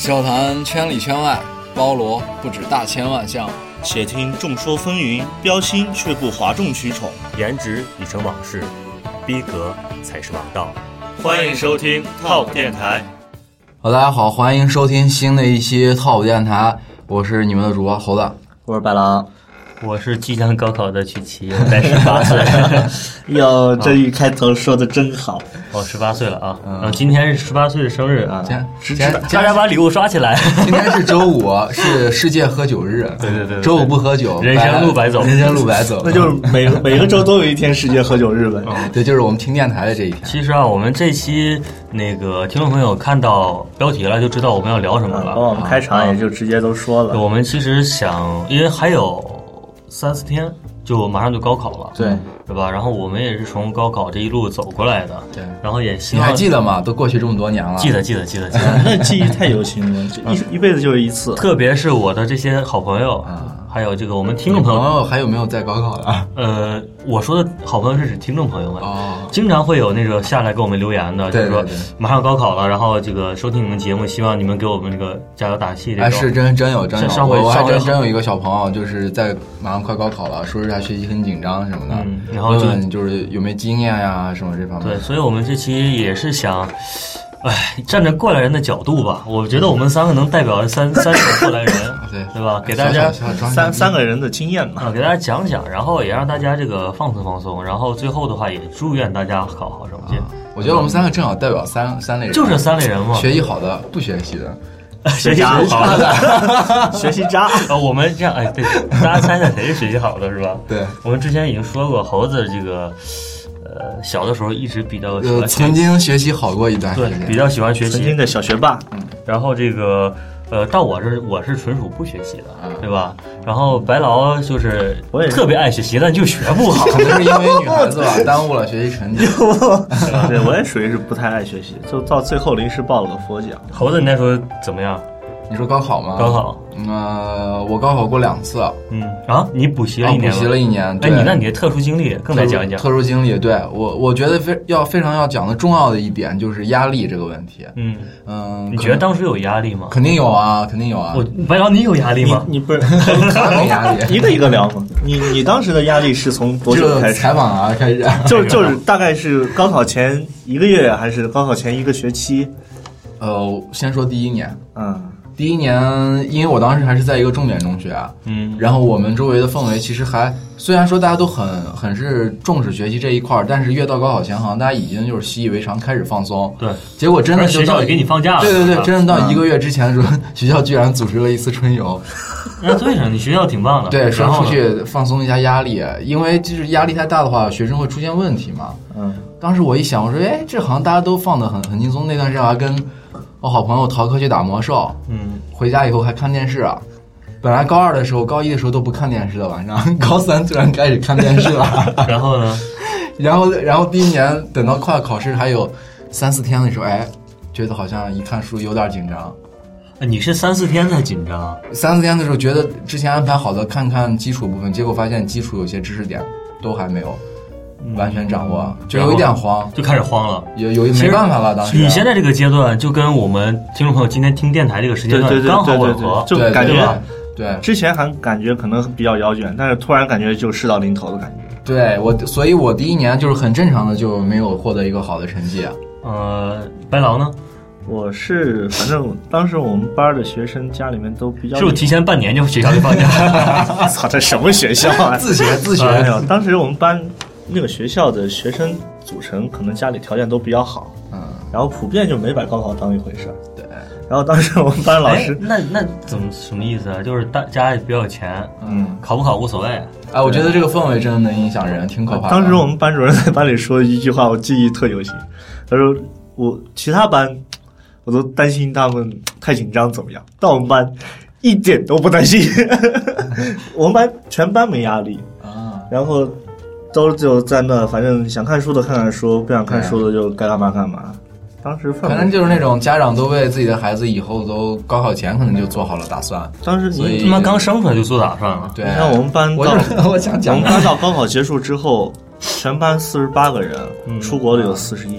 笑谈圈里圈外，包罗不止大千万项。 且听众说纷纭，标新却不哗众取宠。 颜值已成往事，逼格才是王道。 欢迎收听 Top 电台。 大家好，欢迎收听新的一期 Top 电台，我是你们的主播猴子， 我是白狼。 我是即将高考的曲奇，我才18岁。 哟，这一开头说的真好。 哦，18岁了啊！然后今天是18岁的生日啊！ 大家把礼物刷起来。 今天是周五，是世界喝酒日。 对， 周五不喝酒， 人生路白走。 人生路白走， 那就是每个周都有一天世界喝酒日呗。 对，就是我们听电台的这一天。 其实啊，我们这期那个听众朋友看到标题了，就知道我们要聊什么了。 我们开场也就直接都说了。 我们其实想，因为还有3-4天就马上就高考了，对吧？然后我们也是从高考这一路走过来的，对。然后也希望你还记得吗？都过去这么多年了。 记得。 那记忆太犹新了，一辈子就是一次。 特别是我的这些好朋友，还有这个我们听众朋友， 还有没有在高考的？ 我说的好朋友是指听众朋友们，经常会有那个下来给我们留言的，就是说马上高考了，然后这个收听你们节目，希望你们给我们这个加油打气。哎， 是真有，我还真有一个小朋友，就是在马上快高考了，说是他学习很紧张什么的， 然后就是有没有经验呀什么这方面。 对，所以我们这期也是想。站在过来人的角度吧，我觉得我们3个能代表三种过来人，对吧？给大家三个人的经验嘛， 给大家讲讲，然后也让大家这个放松，然后最后的话也祝愿大家考好成绩。 我觉得我们3个正好代表三类人， 就是3类人嘛， 学习好的，不学习的。 学习不好的， 学习渣。 我们这样，对，大家猜猜谁是学习好的，是吧？ 对， 我们之前已经说过，猴子这个。小的时候一直比较喜欢曾经学习好过一段时间， 对，比较喜欢学习， 曾经的小学霸。 然后这个到我是纯属不学习的，对吧？然后白劳就是我也特别爱学习，但就学不好， 可能是因为女孩子吧，耽误了学习成绩。 对，我也属于是不太爱学习，就到最后临时报了个佛奖。 猴子，你那时候怎么样？ 你说高考吗？ 高考， 我高考过2次。 你补习了1年？ 补习了1年。 哎，你的特殊经历更来讲一讲。 特殊经历，对我觉得非常要讲的重要的一点就是压力这个问题。 你觉得当时有压力吗？ 肯定有啊。 白劳，你有压力吗？ 你不是没压力， 一个聊吗？你当时的压力是从多久开始？ 采访啊开始。 就是大概是高考前1个月还是高考前1个学期？ 先说第1年。第1年，因为我当时还是在一个重点中学，然后我们周围的氛围其实还虽然说大家都很是重视学习这一块，但是越到高考前，好像大家已经就是习以为常，开始放松。 对， 结果真的就学校也给你放假了。 对，真的到1个月之前的时候，学校居然组织了一次春游。 那对呀，你学校挺棒的。 对，说出去放松一下压力，因为就是压力太大的话，学生会出现问题嘛。当时我一想，我说，这好像大家都放得很轻松。那段时间我还跟我好朋友逃课去打魔兽，回家以后还看电视。本来高2的时候、高1的时候都不看电视的，晚上高3突然开始看电视了。 然后呢？ 然后第1年等到快考试还有3-4天的时候，觉得好像一看书有点紧张。 你是3-4天才紧张 ？3-4天的时候觉得之前安排好的看看基础部分，结果发现基础有些知识点都还没有完全掌握，就有一点慌， 就开始慌了， 有没办法了。当时你现在这个阶段就跟我们听众朋友今天听电台这个时间段刚好吻合， 就感觉对， 之前还感觉可能比较遥远，但是突然感觉就事到临头的感觉。 对，所以我第1年就是很正常的就没有获得一个好的成绩。 白劳呢？ 我是反正当时我们班的学生家里面都比较， 是不是提前半年就学校就放假？ 操，这什么学校啊？ 自学。 当时我们班那个学校的学生组成可能家里条件都比较好，然后普遍就没把高考当一回事。对，然后当时我们班老师， 那什么意思啊？就是家里比较有钱，考不考无所谓。 我觉得这个氛围真的能影响人，挺可怕的。 当时我们班主任在班里说一句话，我记忆特犹新。他说我其他班我都担心他们太紧张怎么样，到我们班一点都不担心。我们班全班没压力然后都就在那，反正想看书的看看书，不想看书的就该干嘛干嘛。当时可能就是那种家长都为自己的孩子以后都高考前可能就做好了打算。 当时你他妈刚生出来就做打算了。 对， 你看我们班我想讲， 我们班到高考结束之后，全班48个人，出国的有41个。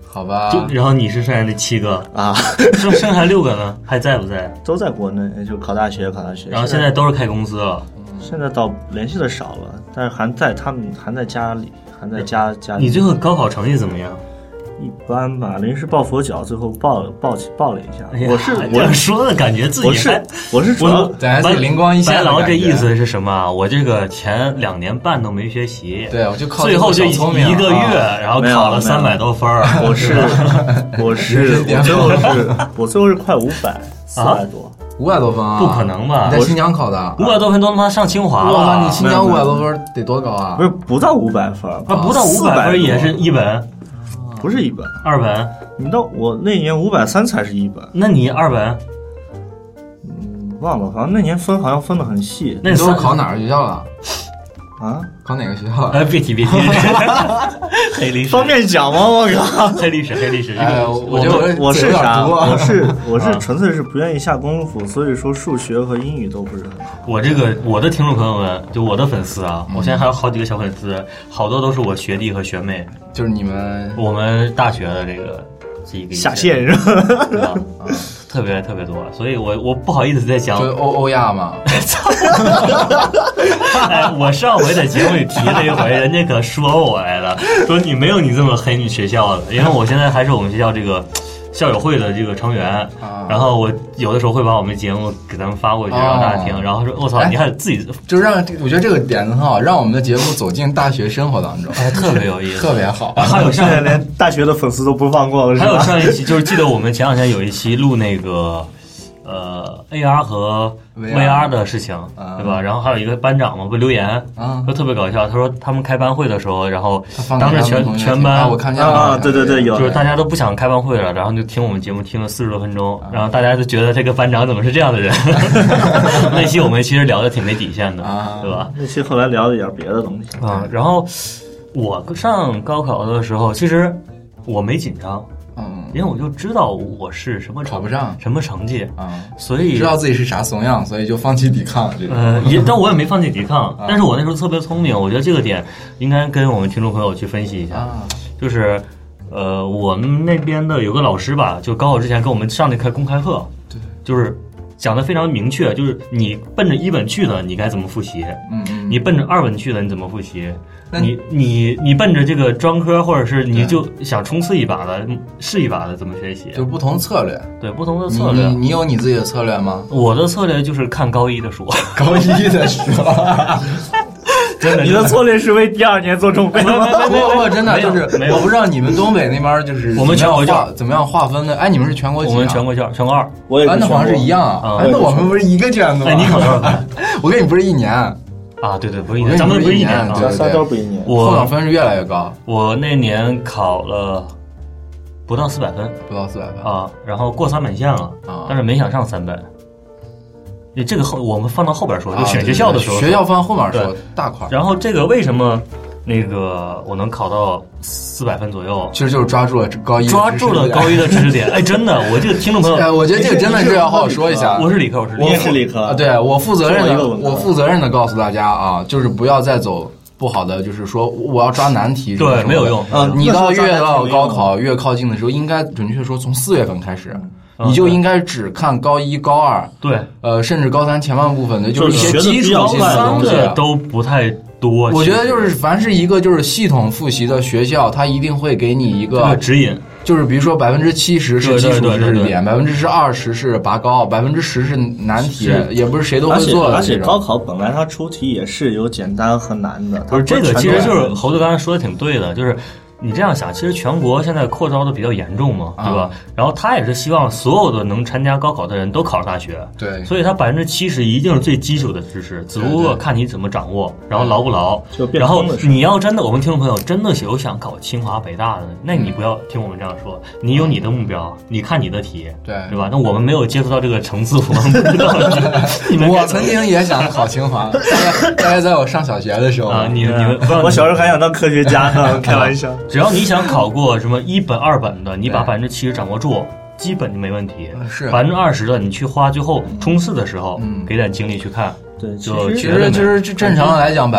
好吧。 然后你是剩下那7个啊， 剩下6个呢？还在不在？ 都在国内，就考大学。 然后现在都是开公司了。 现在倒联系的少了，但是他们还在家里，还在家里。 你最后高考成绩怎么样？ 一般吧，临时抱佛脚，最后报了一下。 我说的感觉自己我是主要咱是灵光一现。 白狼这意思是什么？我这个前2年半都没学习， 对，我就靠最后就1个月，然后考了300多分。 我最后是快500，400多。 500多分啊？ 不可能吧？ 你在新疆考的 ？500多分都他妈上清华了！ 我操，你新疆500多分得多高啊？ 不到500分， 不到500分也是一本， 不是一本 ，2本。 你到我那年530才是一本， 那你2本？ 忘了，反正那年分好像分得很细。 那你都是考哪个学校了？ 啊？ 考哪个学校？ 别提黑历史方便讲吗？我靠， 黑历史。 我觉得我是啥？我是纯粹是不愿意下功夫，所以说数学和英语都不是很好。 我的听众朋友们，就我的粉丝啊，我现在还有好几个小粉丝，好多都是我学弟和学妹， 就是我们大学的这个下线是吧？ 特别多，所以我不好意思再讲。 就欧亚嘛。 我上回在节目里提了一回，人家可说我来了，说你没有你这么黑你学校的，因为我现在还是我们学校这个校友会的这个成员，然后我有的时候会把我们节目给咱们发过去，让大家听，然后说我操，你还自己就我觉得这个点子很好，让我们的节目走进大学生活当中， 特别有意思， 特别好。 还有现在连大学的粉丝都不放过了， 还有上一期就是记得我们前2天有一期录那个AR 和 VR 的事情，对吧？然后还有一个班长嘛，不留言，说特别搞笑。他说他们开班会的时候，然后当着全班， 我看见了， 对，有， 就是大家都不想开班会了，然后就听我们节目听了40多分钟，然后大家就觉得这个班长怎么是这样的人？那期我们其实聊的挺没底线的，对吧？ 那期后来聊了点别的东西啊。然后我上高考的时候，其实我没紧张。因为我就知道我是什么考不上什么成绩所以知道自己是啥怂样，所以就放弃抵抗。 但我也没放弃抵抗，但是我那时候特别聪明，我觉得这个点应该跟我们听众朋友去分析一下。就是我们那边的有个老师吧，就高考之前跟我们上那课公开课， 对， 就是讲的非常明确，就是你奔着1本去的，你该怎么复习？你奔着2本去的，你怎么复习？你奔着这个专科，或者是你就想冲刺一把的、试一把的，怎么学习？ 就不同策略， 对不同的策略。 你有你自己的策略吗？ 我的策略就是看高1的书， 高1的书。 真的，你的策略是为第2年做准备吗？ 不，真的就是我不知道你们东北那边就是我们全国卷怎么样划分的？哎，你们是全国几？ 我们全国卷，全国2。 我也是， 那好像是一样啊。那我们不是一个卷子吗？ 你考多少分？ 我跟你不是1年啊？对，不是1年，咱们不是1年， 对， 仨都不1年。 后脑分是越来越高。 我那年考了不到400分，然后过3本线了但是没想上3本。这个我们放到后边说，就选学校的时候， 学校放后面说大块。 然后这个为什么那个我能考到400分左右？ 其实就是抓住了高1 的知识点。哎，真的，我这个听众朋友， 我觉得这个真的是要好好说一下。 我是理科， 你也是理科， 对，我负责任的告诉大家啊，就是不要再走不好的，就是说我要抓难题， 对，没有用。 你到越到高考越靠近的时候，应该准确说从4月份开始。你就应该只看高1、高2， 对， 甚至高3前半部分的，就是一些基础性的东西都不太多。 我觉得就是凡是一个就是系统复习的学校，它一定会给你一个指引， 就是比如说70%是基础知识点，20%是拔高，10%是难题，也不是谁都会做的。 而且高考本来它出题也是有简单和难的， 不是这个，其实就是猴子刚才说的挺对的，就是。你这样想，其实全国现在扩招的比较严重嘛，对吧？然后他也是希望所有的能参加高考的人都考上大学， 对， 所以他70%一定是最基础的知识，只不过看你怎么掌握，然后牢不牢。然后你要真的，我们听众朋友真的有想考清华北大的，那你不要听我们这样说，你有你的目标，你看你的题，对吧？那我们没有接触到这个层次，我们不知道。 我曾经也想考清华，大概在我上小学的时候啊，你们， 我小时候还想当科学家呢，开玩笑。 只要你想考过什么1本、2本的，你把70%掌握住，基本就没问题。 是 20%的，你去花最后冲刺的时候，给点精力去看。 对， 其实正常来讲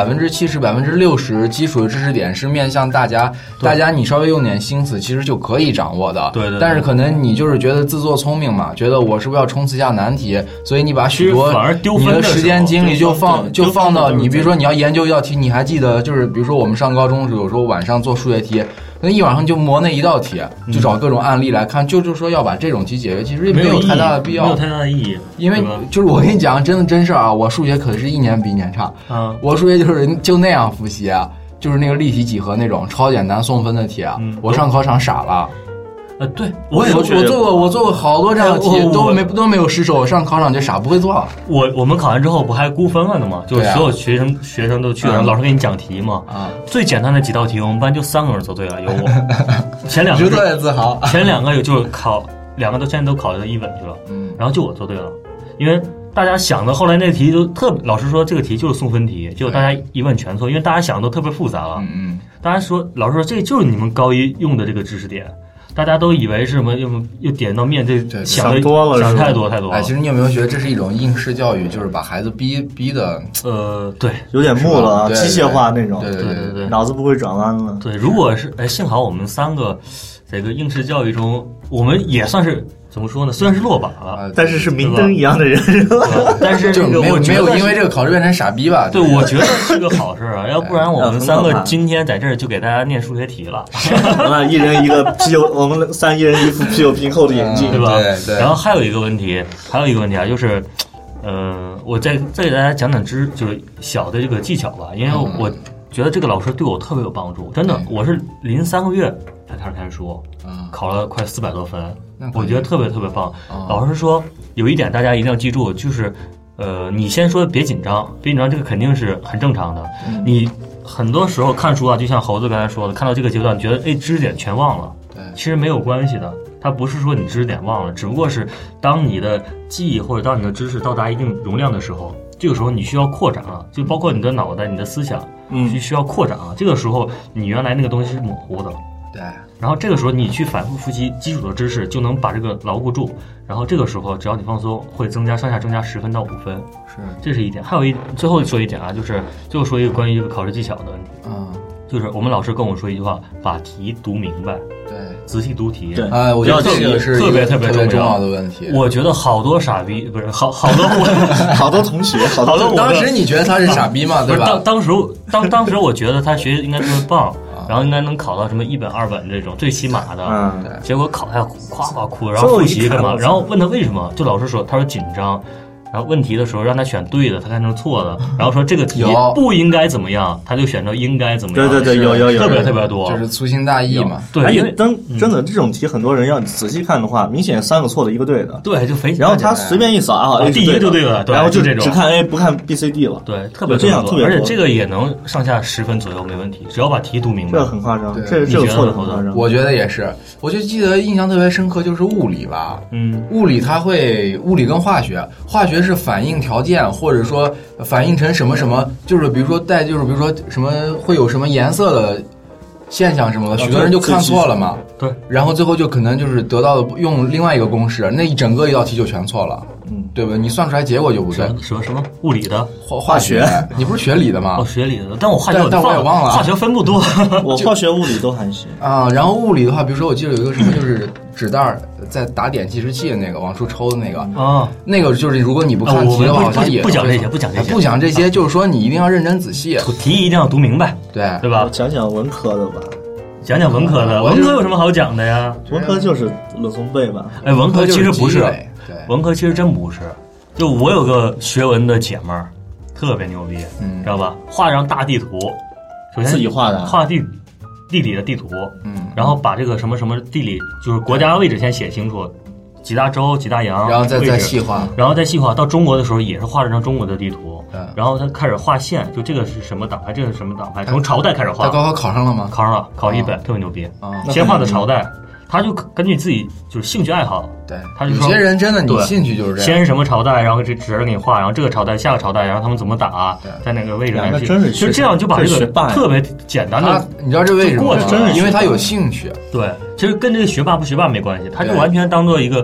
，70%、60%基础的知识点是面向大家你稍微用点心思，其实就可以掌握的。 对。 但是可能你就是觉得自作聪明嘛，觉得我是不是要冲刺一下难题，所以你把许多你的时间精力就放到你，比如说你要研究一道题，你还记得就是比如说我们上高中的时候，有时候晚上做数学题。那一晚上就磨那一道题，就找各种案例来看，就是说要把这种题解决，其实也没有太大的必要， 没有太大的意义。 因为就是我跟你讲，真事啊，我数学可是一年比一年差。我数学就那样复习啊，就是那个立体几何那种超简单送分的题啊，我上考场傻了。 对， 我做过好多这样的题，都没有失手，我上考场就傻不会做了。 我们考完之后不还估分了的吗？就是所有学生都去了，老师给你讲题嘛。最简单的几道题，我们班就3个人做对了，有我。前2个特别自豪。 前2个就是2个都现在都考到1本去了，然后就我做对了，因为大家想的后来那题都老师说这个题就是送分题，结果大家一问全错，因为大家想的都特别复杂了。大家说老师说这就是你们高一用的这个知识点。大家都以为是什么又点到面，这想多了， 想太多了。 哎，其实你有没有觉得这是一种应试教育，就是把孩子逼的， 对， 有点木了，机械化那种， 对， 脑子不会转弯了。 对，如果是幸好我们3个这个应试教育中，我们也算是怎么说呢？虽然是落榜了， 但是明灯一样的人，是吧？ 但是这个没有因为这个考试变成傻逼吧？ 对，我觉得是个好事啊，要不然我们3个今天在这儿就给大家念数学题了。 那一人一个啤酒，我们3一人一副啤酒瓶厚的眼镜， 对吧？ 对。 然后还有一个问题啊，就是，我再给大家讲就是小的这个技巧吧，因为我觉得这个老师对我特别有帮助，真的，我是临3个月才开始说，考了快400多分。我觉得特别特别棒。老师说有一点大家一定要记住，就是你先说别紧张，这个肯定是很正常的。你很多时候看书啊，就像猴子刚才说的，看到这个阶段觉得知识点全忘了，其实没有关系的。它不是说你知识点忘了，只不过是当你的记忆或者当你的知识到达一定容量的时候，这个时候你需要扩展了，就包括你的脑袋、你的思想，需要扩展了。这个时候你原来那个东西是模糊的。 对， 然后这个时候你去反复复习基础的知识，就能把这个牢固住。然后这个时候只要你放松，会上下增加10分到5分。 是， 这是一点。还有最后说一点啊，就是最后说一个关于这个考试技巧的问题。就是我们老师跟我说一句话，把题读明白。 对， 仔细读题。 对，我觉得这个是特别重要的问题。 我觉得好多傻逼不是好多好多同学， 好多当时你觉得他是傻逼吗？对吧？ 当时我觉得他学习应该特别棒。然后应该能考到什么1本2本这种最起码的，结果考下夸夸哭，然后复习干嘛？然后问他为什么，就老师说他说紧张，然后问题的时候让他选对的，他看成错的，然后说这个题不应该怎么样，他就选择应该怎么样。 对，有特别特别多， 就是粗心大意嘛。 对， 而且真的这种题，很多人要仔细看的话，明显3个错的1个对的。 对，就非常。 然后他随便一扫啊， 第一个就对了， 然后就这种只看 A 不看 B、C、D 了。 对，特别这样特别， 而且这个也能上下10分左右没问题，只要把题读明白。 这很夸张，这个错的很夸张。 我觉得也是，我就记得印象特别深刻，就是物理吧。物理跟化学是反应条件，或者说反应成什么什么，就是比如说什么会有什么颜色的现象什么的，许多人就看错了嘛。 对， 然后最后就可能就是得到用另外一个公式，那一道题就全错了。对吧？你算出来结果就不对。 什么物理的化学？你不是学理的吗？ 学理的，但我化学但我也忘了， 化学分不多。 我化学、物理都还行啊。然后物理的话，比如说我记得有一个什么，就是纸袋在打点计时器的那个往出抽的那个啊，那个就是如果你不看题的话，好像也不讲这些，就是说你一定要认真仔细， 题一定要读明白， 对吧？ 讲文科的吧。 讲文科的，文科有什么好讲的呀？ 文科就是论诵背吧。 文科其实不是，文科其实真不是。就我有个学文的姐们儿，特别牛逼，知道吧？画张大地图，首先自己画的， 画地理的地图，然后把这个什么什么地理就是国家位置先写清楚，几大洲几大洋， 然后再细化， 到中国的时候也是画了张中国的地图，然后他开始画线，就这个是什么党派，这个是什么党派，从朝代开始画。 他高考考上了吗？ 考上了，考100，特别牛逼。先画的朝代。他就根据自己就是兴趣爱好， 对， 他就说有些人真的你兴趣就是这样， 先是什么朝代，然后这纸上给你画，然后这个朝代下个朝代，然后他们怎么打，在哪个位置， 其实这样就把这个特别简单的， 你知道这为什么吗？因为他有兴趣。 对，其实跟这个学霸不学霸没关系，他就完全当做一个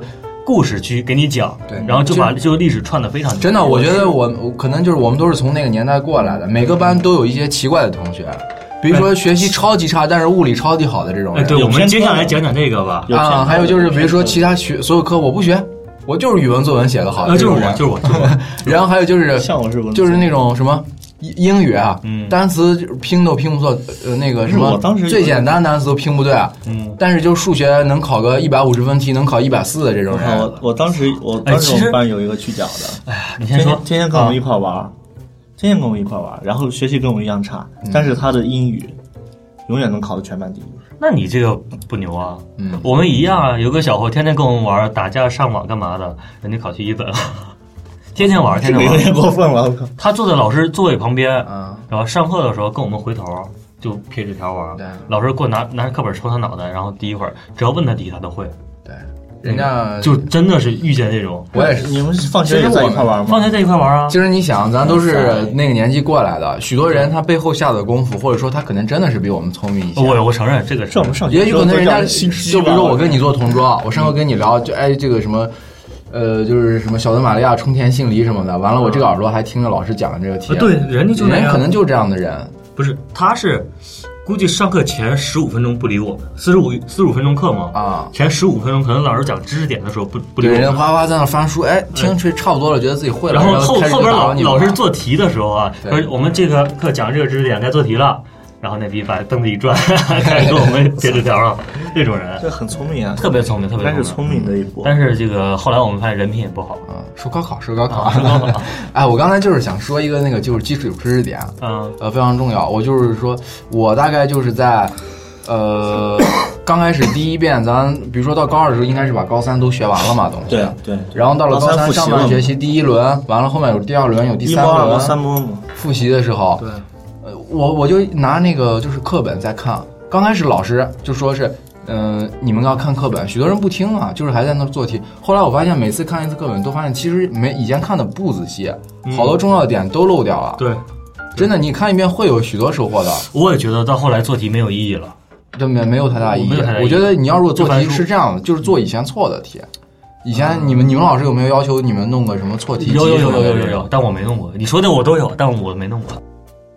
故事去给你讲， 对， 然后就把这个历史串得非常真的，我觉得我可能就是我们都是从那个年代过来的，每个班都有一些奇怪的同学。比如说学习超级差，但是物理超级好的这种人。 对，我们接下来讲讲这个吧。 啊，还有就是比如说其他所有科我不学，我就是语文作文写得好。 就是我。 然后还有就是像我是文， 就是那种什么英语啊，单词拼都拼不错，那个什么最简单单词都拼不对啊。但是就数学能考个150分题，能考140的这种人。 我当时我们班有一个去讲的， 哎呀，你先说， 天天跟我们一块玩。天天跟我一块玩，然后学习跟我一样差，但是他的英语永远能考到全班第一。 那你这个不牛啊？我们一样啊，有个小伙天天跟我们玩，打架上网干嘛的，人家考去1本了，天天玩，天天玩， 有点过分了。 他坐在老师座位旁边，然后上课的时候跟我们回头就撇纸条玩，老师给我拿课本抽他脑袋，然后第一会儿只要问他题他都会。 对。人家就真的是遇见这种， 我也是。 你们是放学在一块玩吗？ 放学在一块玩啊。 其实你想，咱都是那个年纪过来的，许多人他背后下的功夫，或者说他可能真的是比我们聪明一些。 我承认这个是我们上学， 也许可能人家就比如说我跟你做同桌，我上课跟你聊，就这个什么。就是什么小德玛利亚冲天杏梨什么的，完了我这个耳朵还听着老师讲的这个题。 对，人家就人可能就这样的人。 不是，他是估计上课前15分钟不理我们，45分钟课嘛，前15分钟可能老师讲知识点的时候不理我们， 人哗哗在那翻书，听差不多了，觉得自己会了， 然后后边老师做题的时候啊，说我们这个课讲这个知识点该做题了。然后那逼把凳子一转，开始跟我们撇纸条了。这种人， 这很聪明啊， 特别聪明，特别聪明， 但是聪明的一波。 但是这个后来我们发现人品也不好啊。说高考。哎，我刚才就是想说一个那个就是基础知识点，非常重要。我就是说我大概就是在刚开始第一遍，咱比如说到高2的时候，应该是把高3都学完了嘛，东西。 对。 然后到了高3上半学期第1轮，完了后面有第2轮，有第3轮。 3轮复习的时候， 对。 我就拿那个就是课本在看，刚开始老师就说是，你们要看课本，许多人不听啊，就是还在那做题。后来我发现每次看一次课本，都发现其实以前看的不仔细，好多重要的点都漏掉了。 对， 真的，你看一遍会有许多收获的。 我也觉得到后来做题没有意义了， 就没有太大意义。我觉得你要如果做题是这样的，就是做以前错的题。以前你们老师有没有要求你们弄个什么错题？ 有，但我没弄过。你说的我都有，但我没弄过。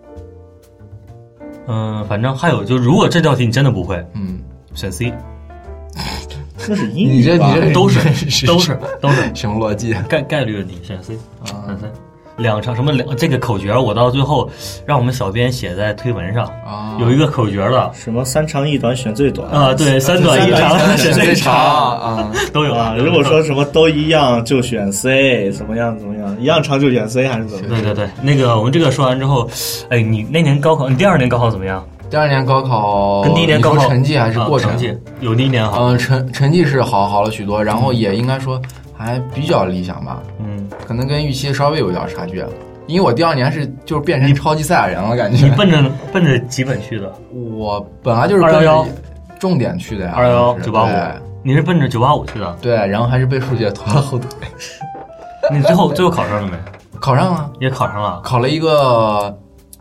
反正还有就如果这道题你真的不会，选 C。 这是英语，你这都是什么逻辑？ 概率问题，选 C 啊，选 C。2场什么这个口诀，我到最后让我们小编写在推文上有一个口诀了， 什么3长1短选最短啊，对，3短1长选最长啊，都有啊。如果说什么都一样就选 C， 怎么样，一样长就选 C 还是怎么样？ 对，那个我们这个说完之后，哎，你那年高考，你第2年高考怎么样？ 第2年高考跟第1年高考成绩还是过程？ 成绩有第1年好。 成绩是好了许多，然后也应该说还比较理想吧。可能跟预期稍微有点差距，因为我第2年就是变成超级赛亚人了，感觉。 你奔着几本去的？ 我本来就是211重点去的呀 ，211 985。你是奔着985去的？ 对，然后还是被数学拖了后腿。 你最后考上了没？ 考上了， 也考上了， 考了一个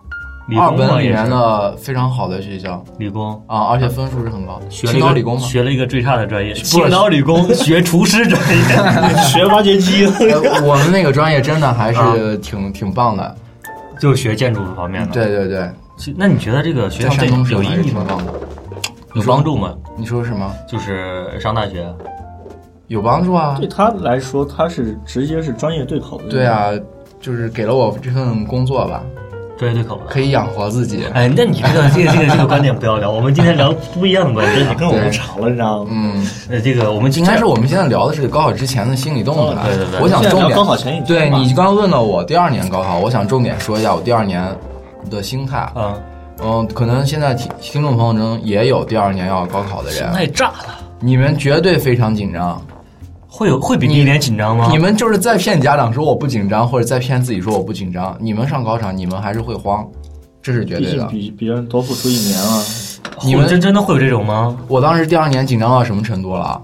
2本里面的非常好的学校， 理工啊，而且分数是很高。 青岛理工嘛，学了一个最差的专业，青岛理工学厨师专业， 学挖掘机。 我们那个专业真的还是挺棒的， 就学建筑方面的。 对。 那你觉得这个学校有意义吗？有帮助吗？ 你说什么？ 就是上大学有帮助啊。 对他来说，他是直接是专业对口的。 对啊，就是给了我这份工作吧。 专业对口的， 可以养活自己。 哎，那你这个观点不要聊，我们今天聊不一样的观点。 你跟我们吵了，你知道吗？ 这个我们应该是我们现在聊的是高考之前的心理动态。 对， 我想重点高考前一天。 对，你刚刚问了我第2年高考，我想重点说一下我第2年的心态。可能现在听众朋友中也有第2年要高考的人， 心态炸了。 你们绝对非常紧张。 会比第1年紧张吗？ 你们就是在骗家长说我不紧张，或者在骗自己说我不紧张。你们上考场，你们还是会慌，这是绝对的。 比别人多付出1年了。 你们真的会有这种吗？ 我当时第2年紧张到什么程度了？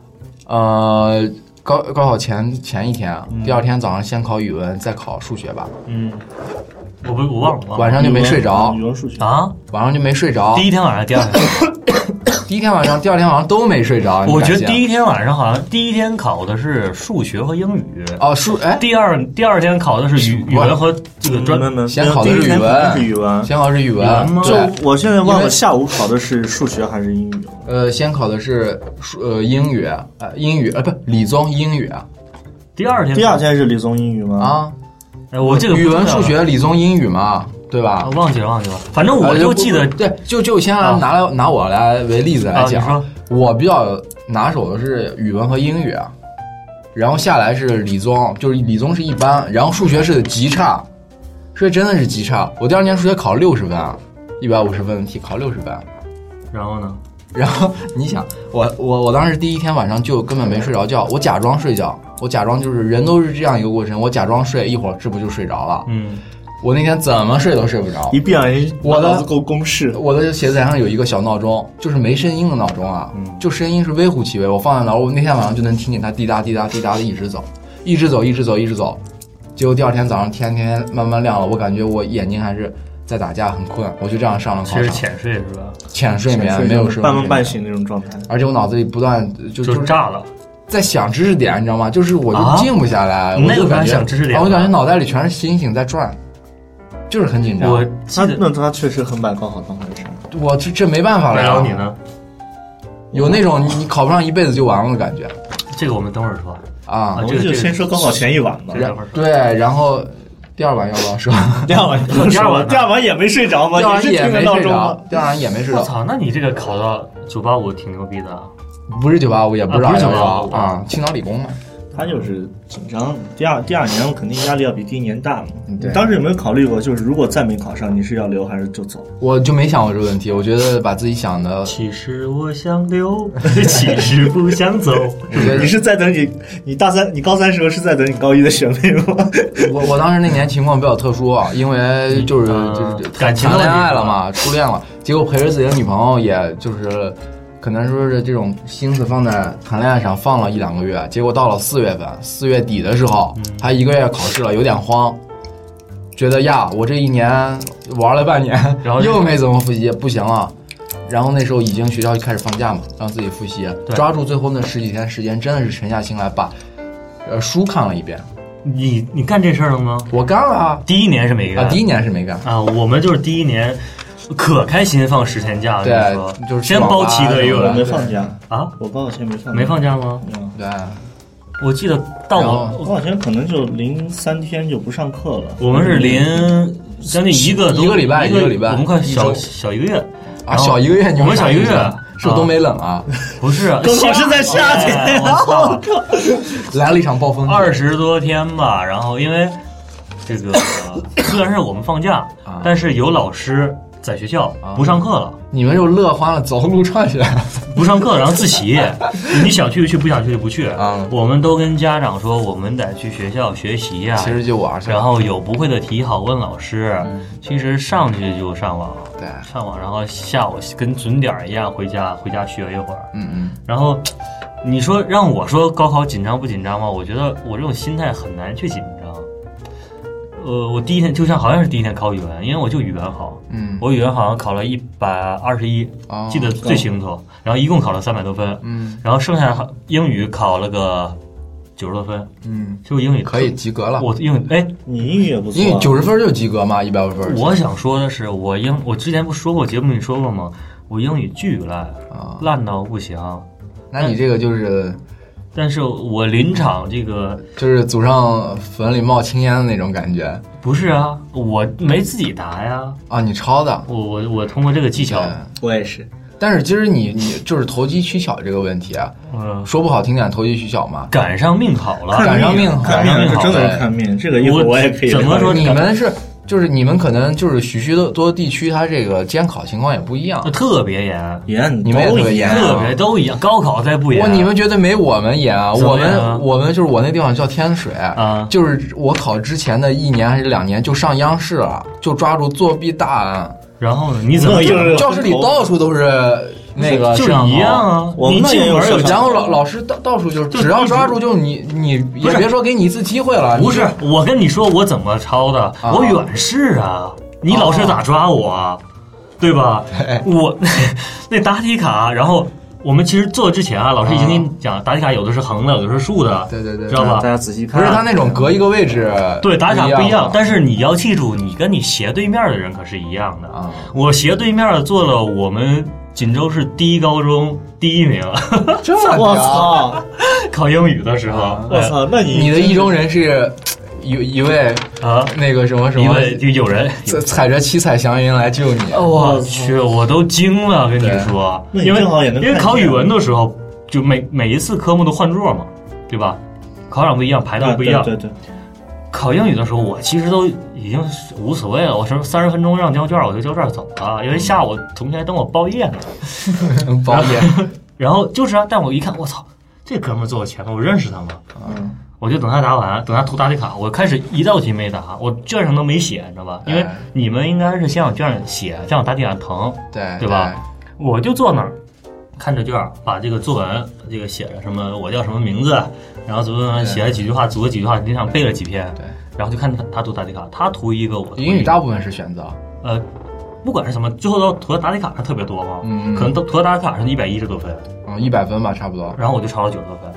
高考前一天，第2天早上先考语文，再考数学吧。 我忘了。 晚上就没睡着。 语文数学啊， 晚上就没睡着。 第1天晚上，第2天。 第一天晚上、第二天晚上都没睡着。 我觉得第一天晚上好像第一天考的是数学和英语哦， 第二天考的是语文和这个专先考的是语文，先考是语文。 就我现在忘了下午考的是数学还是英语。 先考的是英语，不理综英语。 第二天是理综英语吗？ 我这个语文、数学、理综、英语嘛，对吧？ 忘记了，反正我就记得， 对，就先拿我来为例子来讲，我比较拿手的是语文和英语，然后下来是理综，就是理综是一般，然后数学是极差，数学真的是极差。我第二年数学考60分，150分的题考60分， 然后呢？ 然后你想，我当时第一天晚上就根本没睡着觉，我假装睡觉，我假装就是人都是这样一个过程，我假装睡一会儿，这不就睡着了？我那天怎么睡都睡不着， 一闭眼我脑子够公式。 我的写字台上有一个小闹钟，就是没声音的闹钟啊，就声音是微乎其微，我放在那儿，我那天晚上就能听见它滴答滴答滴答的一直走，一直走，结果第二天早上天慢慢亮了，我感觉我眼睛还是在打架，很困，我就这样上了考场。 其实浅睡是吧？ 浅睡眠，没有睡， 半梦半醒那种状态。 而且我脑子里不断就炸了， 在想知识点，你知道吗？就是我就静不下来， 我就感觉想知识点， 我感觉脑袋里全是星星在转，就是很紧张。 他确实很把高考当回事。 我这没办法了。 然后你呢？ 有那种你考不上一辈子就完了的感觉。 这个我们等会儿说啊， 我们就先说高考前一晚吧。 对，然后。第二晚要不要说？ 第二晚也没睡着吗？ 第二晚也没睡着。第二晚也没睡着。 我操，那你这个考到985挺牛逼的。 不是985，也不是211啊，青岛理工嘛。 他就是紧张，第二年我肯定压力要比第一年大嘛。对，当时有没有考虑过，就是如果再没考上，你是要留还是就走？ 我就没想过这个问题，我觉得把自己想的。 其实我想留，其实不想走。 你是在等你高三时候是在等你高一的学妹吗？ 我当时那年情况比较特殊啊，因为就是感情谈恋爱了嘛，初恋了，结果陪着自己的女朋友，也就是可能说是这种心思放在谈恋爱上放了1-2个月，结果到了4月份，4月底的时候，还1个月考试了，有点慌，觉得呀，我这一年玩了半年，然后又没怎么复习，不行了。然后那时候已经学校就开始放假嘛，让自己复习，抓住最后那10几天时间，真的是沉下心来把书看了一遍。 你干这事儿了吗？ 我干了啊， 第一年是没干第一年是没干啊，我们就是第一年。可开心放10天假， 对，就是先包7个月， 我没放假啊！ 我高考前没放假吗？ 对， 我记得到我高考前可能就03天就不上课了。 我们是将近一个礼拜， 我们快小1个月啊，小1个月， 我们小1个月， 是不是东北冷啊？ 不是， 高考是在夏天， 我操， 来了一场暴风 ，20多天吧。然后因为这个虽然是我们放假，但是有老师。在学校不上课了， 你们就乐欢了，走路串起来， 不上课，然后自习。你想去就去，不想去就不去。我们都跟家长说，我们得去学校学习呀。 其实就玩去， 然后有不会的题好问老师。其实上去就上网， 对， 上网，然后下午跟准点一样回家学一会儿。然后你说让我说高考紧张不紧张吗？我觉得我这种心态很难去紧张。我第一天好像是第一天考语文，因为我就语文好，我语文好像考了121，记得最清楚。然后一共考了300多分，然后剩下英语考了个90多分，就英语可以及格了。 我英语， 你英语也不错， 英语90分就及格吗？150分。 我想说的是，我之前不说过节目里说过吗？我英语巨烂烂到不行。 那你这个就是。 但是我临场这个就是祖上坟里冒青烟的那种感觉。 不是啊，我没自己答呀。 啊，你抄的。 我通过这个技巧。 我也是。 但是其实你就是投机取巧这个问题啊，说不好听点投机取巧嘛。 赶上命好了， 赶上命好， 真的是看命。这个一会儿我也可以。 怎么说？ 你们是？就是你们可能就是许许多地区，它这个监考情况也不一样， 特别严， 你们也特别严， 特别都一样。高考再不严， 你们觉得没我们严啊？我们就是我那地方叫天水啊，就是我考之前的1年还是2年就上央视了，就抓住作弊大案。 然后呢？你怎么教室里到处都是那个就一样啊？ 我们那也有， 然后老师到处就是只要抓住就你也别说给你一次机会了。 不是，我跟你说我怎么抄的，我远视啊，你老师咋抓我啊？ 对吧？我那答题卡，然后我们其实做之前啊，老师已经跟你讲，答题卡有的是横的，有的是竖的， 对， 知道吧？ 大家仔细看， 不是他那种隔一个位置， 对，答题卡不一样，但是你要记住，你跟你斜对面的人可是一样的啊。我斜对面做了我们锦州市第一高中第1名， 这么我操！ 考英语的时候， 我操，那你的意中人是一位啊， 那个什么一位就有人踩着七彩祥云来救你， 我去，我都惊了，跟你说，因为考语文的时候，就每一次科目都换座嘛，对吧？考场不一样，排档不一样， 对。 考英语的时候，我其实都已经无所谓了，我说30分钟让交卷，我就交卷走了，因为下午同学还等我报业呢， 报业。 然后就是啊，但我一看，我操，这哥们儿坐我前面，我认识他吗？我就等他答完，等他涂答题卡，我开始一道题没答，我卷上都没写，你知道吧？因为你们应该是先往卷上写，这样答题卡疼，对吧？我就坐那儿看着卷，把这个作文这个写着什么，我叫什么名字，然后作文写了几句话，组了几句话，临场背了几篇，对，然后就看他涂答题卡，他涂一个，我英语大部分是选择， 不管是什么，最后都涂到答题卡上特别多嘛，可能都涂到答题卡上110多分 ，100分吧，差不多， 然后我就超了90多分。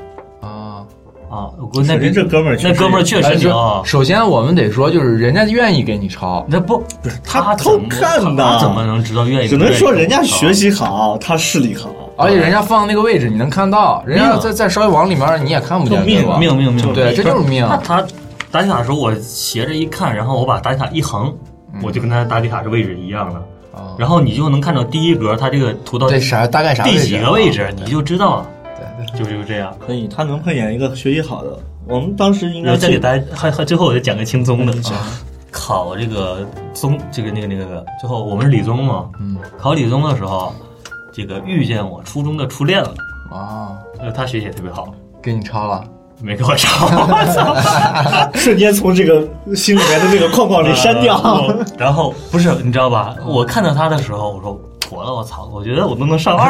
那这哥们儿确实行。 首先我们得说，就是人家愿意给你抄， 那不是他偷看的， 他怎么能知道愿意？ 只能说人家学习好，他视力好， 而且人家放那个位置你能看到，人家再稍微往里面你也看不见， 命， 对，这就是命。 他答题卡的时候，我斜着一看，然后我把答题卡一横，我就跟他答题卡的位置一样了。然后你就能看到第一格，他这个涂到大概啥第几个位置，你就知道了。就是这样， 可以，他能碰见一个学习好的。我们当时应该再给大家，还最后我再讲个轻松的，考这个那个，最后我们是理综嘛，考理综的时候，这个遇见我初中的初恋了啊，他学习也特别好， 给你抄了。 没给我抄， 瞬间从这个心里面的那个框框里删掉。 然后不是，你知道吧？我看到他的时候，我说妥了，我操！我觉得我都能上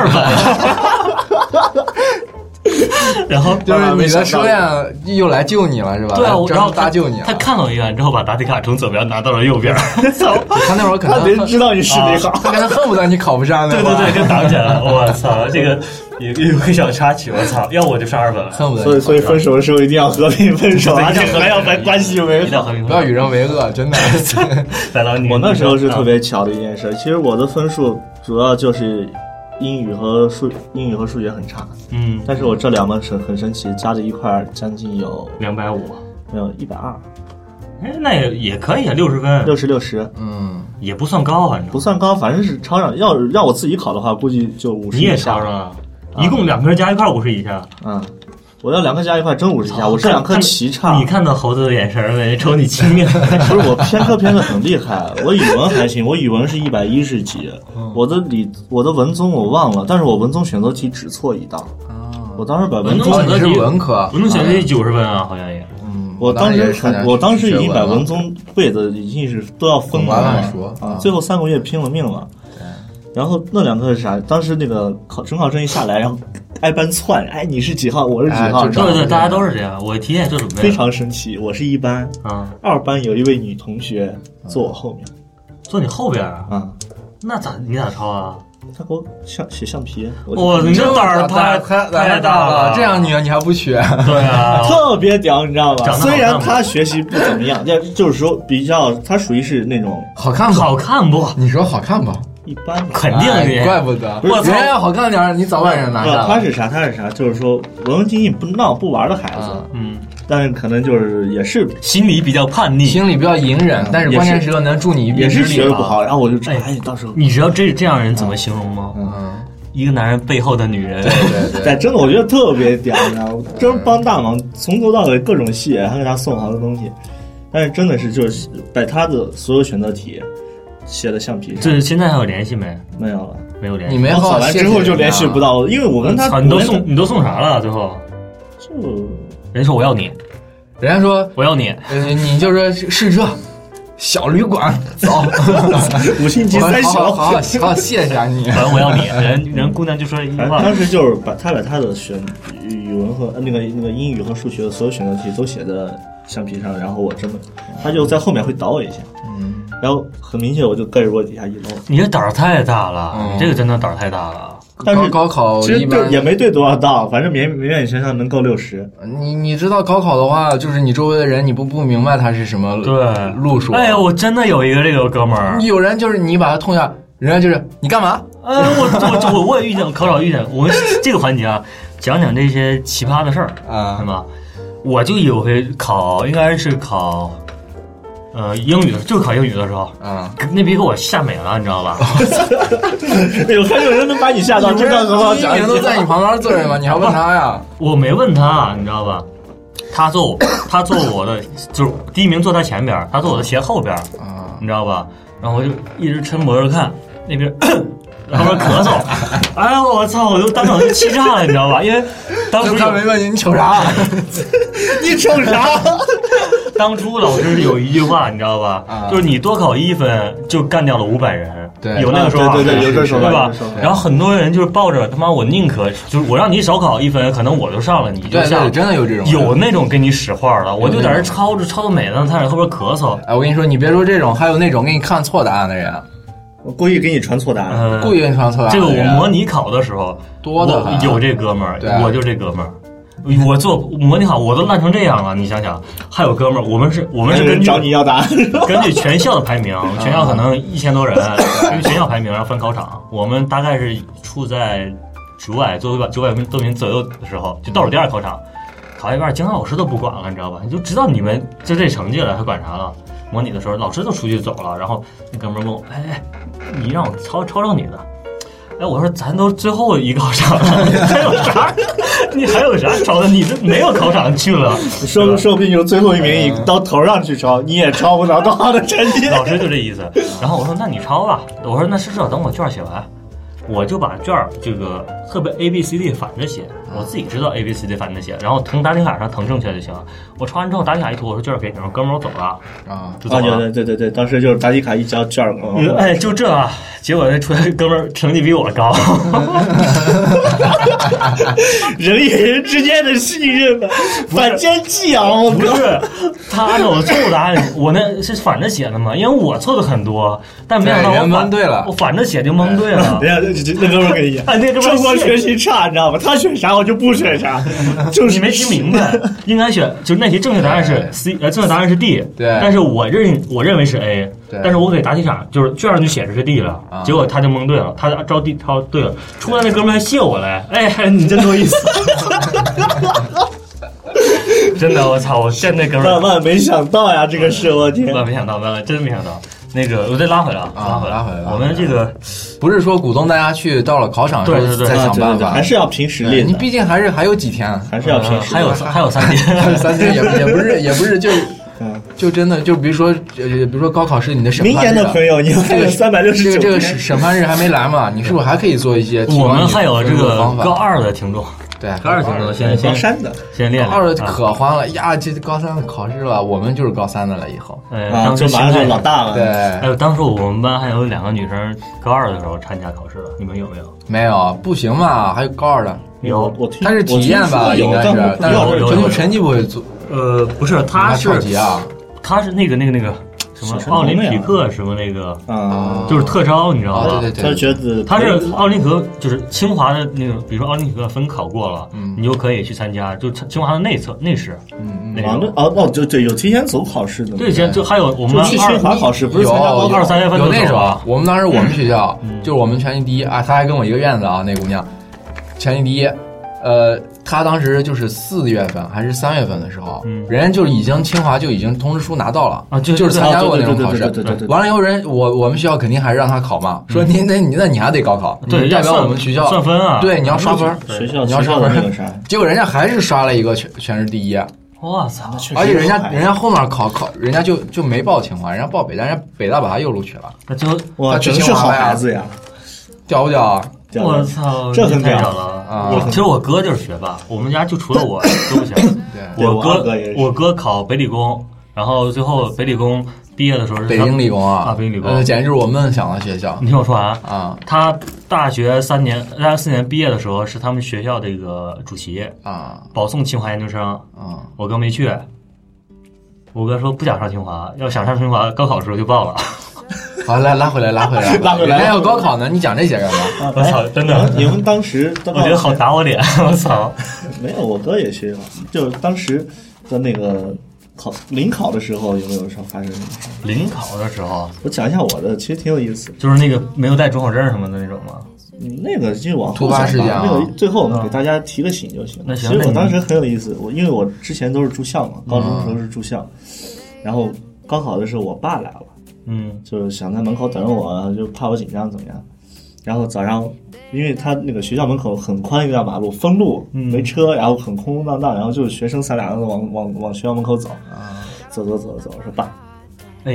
200。然后就是你的初恋又来救你了，是吧？ 对啊，然后搭救你了。 他看了我一眼之后，把答题卡从左边拿到了右边。操！ 他那会儿可能没知道你视力好， 他可能恨不得你考不上。 对，就挡起来了。我操，这个有个小插曲，我操，要我就上200了， 恨不得。 所以分手的时候一定要和平分手，而且还要把关系维好， 不要与人为恶，真的。 我那时候是特别巧的一件事，其实我的分数主要就是英语和数学很差，但是我这2门很神奇，加在一块将近有 250， 没有120。 哎，那也可以啊，60分 ，60， 也不算高，反正不算高，反正是超上。要让我自己考的话，估计就50以下。 你也超上了，一共2科加一块50以下。 我要2科加一块真50以下，我这2科奇差。 你看到猴子的眼神没？瞅你轻蔑。 不是我偏科偏的很厉害，我语文还行，我语文是110几，我的文综我忘了，但是我文综选择题只错1道。我当时把文综选择题文科， 文综选择题90分啊，好像也。 我当时已经把文综背的已经是都要分完了，最后3个月拼了命了。然后那2科是啥？当时那个准考证一下来，然后挨班窜，哎，你是几号？我是几号？ 对，大家都是这样。我提前就准备。 非常神奇，我是1班，2班有一位女同学坐我后面， 坐你后边啊？那你咋抄啊？ 他给我写橡皮。 你这胆儿太大了， 这样你还不学？ 对啊， 特别屌，你知道吧？虽然他学习不怎么样，就是说比较，他属于是那种好看不？你说好看不？ 一般， 肯定的， 怪不得。人家要好看点，你早晚让拿下。 他是啥？就是说文文静静不闹不玩的孩子。但是可能就是也是心里比较叛逆， 心里比较隐忍，但是关键时刻能助你一臂之力。 也是学的不好，然后我就到时候你知道这样人怎么形容吗？一个男人背后的女人。 对，真的我觉得特别屌，你知道吗？真帮大忙，从头到尾各种细节，还给他送好多东西。但是真的是就是把他的所有选择题写的橡皮上。 这现在还有联系没？ 没有了， 没有联系。 你没考完之后就联系不到了，因为我跟他你都送啥了？最后就人说我要你， 人家说我要你， 你就说是这小旅馆走 5星级3小， 好谢谢你。 反正我要你，人姑娘就说一句话。 当时就是把他的语文和那个英语和数学的所有选择题都写在橡皮上，然后他就在后面会导我一下。 然后很明显我就跟着我底下一弄。 你这胆儿太大了，你这个真的胆儿太大了。 但是高考一般也没对多少道，反正勉勉强强能够60。 你知道高考的话，就是你周围的人你不明白他是什么路数。 哎呀，我真的有一个这个哥们儿， 有人就是你把他痛下，人家就是你干嘛？ 我也遇见考场遇见，我们这个环节啊，讲讲这些奇葩的事儿啊， 是吧？我就有回考，应该是考。英语就是考英语的时候，那逼给我吓美了，你知道吧？ 还有人能把你吓到，这个很好讲。 人都在你旁边坐着吗？你还问他呀？ 我没问他，你知道吧？他坐我的，就是第一名坐他前边，他坐我的斜后边，你知道吧？然后我就一直抻脖子看那边。然后咳嗽，哎呀，我操！我就当场就气炸了，你知道吧？因为当时他没问你瞅啥， 你瞅啥？ 当初老师有一句话，你知道吧？就是你多考1分就干掉了500人， 对， 有那个说法， 对，有这说法， 对吧？然后很多人就是抱着他妈我宁可就是我让你少考1分，可能我就上了，你就下了， 真的有这种， 有那种给你使坏的，我就在这抄到美了，他在后边咳嗽。 哎，我跟你说，你别说这种，还有那种给你看错答案的人。 我故意给你传错答案， 故意给你传错答案。 这个我模拟考的时候多的有这哥们儿，我就这哥们儿。我做模拟考我都烂成这样了，你想想，还有哥们儿，我们是根据找你要答案， 根据全校的排名，全校可能1000多人，根据全校排名然后分考场，我们大概是处在900多名左右的时候，就倒数第2考场，考一半，监考老师都不管了，你知道吧？你就知道你们就这成绩了，他管啥了？模拟的时候，老师都出去走了，然后那哥们儿问我：“哎，你让我抄你的。”哎，我说咱都最后一考场了，你还有啥？你还有啥抄的？你这没有考场去了， 说不定就最后一名，你到头上去抄，你也抄不到多好的成绩。 老师就这意思。然后我说：“那你抄吧。”我说：“那至少等我卷写完。”我就把卷这个特别 ABCD 反着写，我自己知道 ABCD 反着写，然后誊答题卡上誊正确就行了。我抄完之后答题卡一涂，我说卷给你，我说哥们儿我走了就走了。 对，当时就是答题卡一交卷哎，就这啊，结果那出来哥们儿成绩比我高。 人与人之间的信任的反间计啊！我不是他按照我错误答案，我那是反着写的嘛，因为我错的很多，但没想到我蒙对了， 我反着写就蒙对了。 那哥们儿跟你讲， 那哥们儿中国学习差，你知道吗？他选啥我就不选啥，就是你没听明白，应该选就那题正确答案是 C， 正确答案是 D， 对， 但是我认为是 A， 但是我给答题卡就是卷上就写着是 D 了，结果他就蒙对了，他照 D 抄对了，出来那哥们儿还谢我嘞，哎，你真多意思。真的，我操！我现在哥们儿万万没想到呀，这个事我天， 万没想到，真没想到。那个，我再拉回来拉回来。 我们这个不是说鼓动大家去到了考场的时候再想办法， 还是要凭实力。 你毕竟还有几天， 还是要凭实力。 还有3天， 还有3天也不是就真的就比如说高考是你的审判日， 明年的朋友，你还有369天， 这个审判日还没来嘛？你是不是还可以做一些？ 我们还有这个高2的听众。 对， 高2听众先练。 高2可欢了呀！这高3的考试了，我们就是高3的了。以后当时马上就老大了。 对， 还有当时我们班还有2个女生高2的时候参加考试了，你们有没有？ 没有，不行嘛，还有高2的。 有， 他是体验吧，应该是，但是成绩不会做。 不是，他是跳级啊， 他是那个什么奥林匹克什么那个就是特招，你知道吗？ 对， 他是奥林匹克，就是清华的那个，比如说奥林匹克分考过了，你就可以去参加，就清华的内试， 对，有提前走考试的， 对，就还有我们去清华考试，不是参加 2、3月份有那种，我们当时我们学校就是我们全级第一啊，他还跟我一个院子啊，那姑娘全级第一，他当时就是4月份还是3月份的时候，人家就已经清华就已经通知书拿到了啊，就是参加过那种考试。完了以后我们学校肯定还是让他考嘛，说你还得高考， 对， 代表我们学校算分啊， 对，你要刷分， 你要刷分。结果人家还是刷了一个全市第一。 我操！ 而且人家后面考，人家就没报清华，人家报北大，人家北大把他又录取了。 那就哇，真是好孩子呀， 屌不屌啊？ 我操， 这很屌了啊！其实我哥就是学霸，我们家就除了我都不行。我哥考北理工，然后最后北理工毕业的时候是北京理工啊， 北京理工， 简直是我梦想的学校。 你听我说完啊， 他大学4年毕业的时候是他们学校这个主席啊， 保送清华研究生啊，我哥没去。我哥说不想上清华，要想上清华，高考的时候就报了。 好，拉回来，人家要高考呢，你讲这些干嘛？ 我操，真的， 你们当时我觉得好打我脸，我操！ 没有，我哥也学，就是当时的那个临考的时候，有没有说发生什么事？ 临考的时候， 我讲一下我的，其实挺有意思， 就是那个没有带准考证什么的那种吗？ 那个就往后突发事件， 那个最后给大家提个醒就行。 那行， 其实我当时很有意思，因为我之前都是住校嘛，高中的时候是住校，然后高考的时候我爸来了，就是想在门口等我，就怕我紧张怎么样。然后早上，因为他那个学校门口很宽一条马路，封路，没车，然后很空空荡荡，然后就是学生3俩人往学校门口走，走，我说爸。 哎，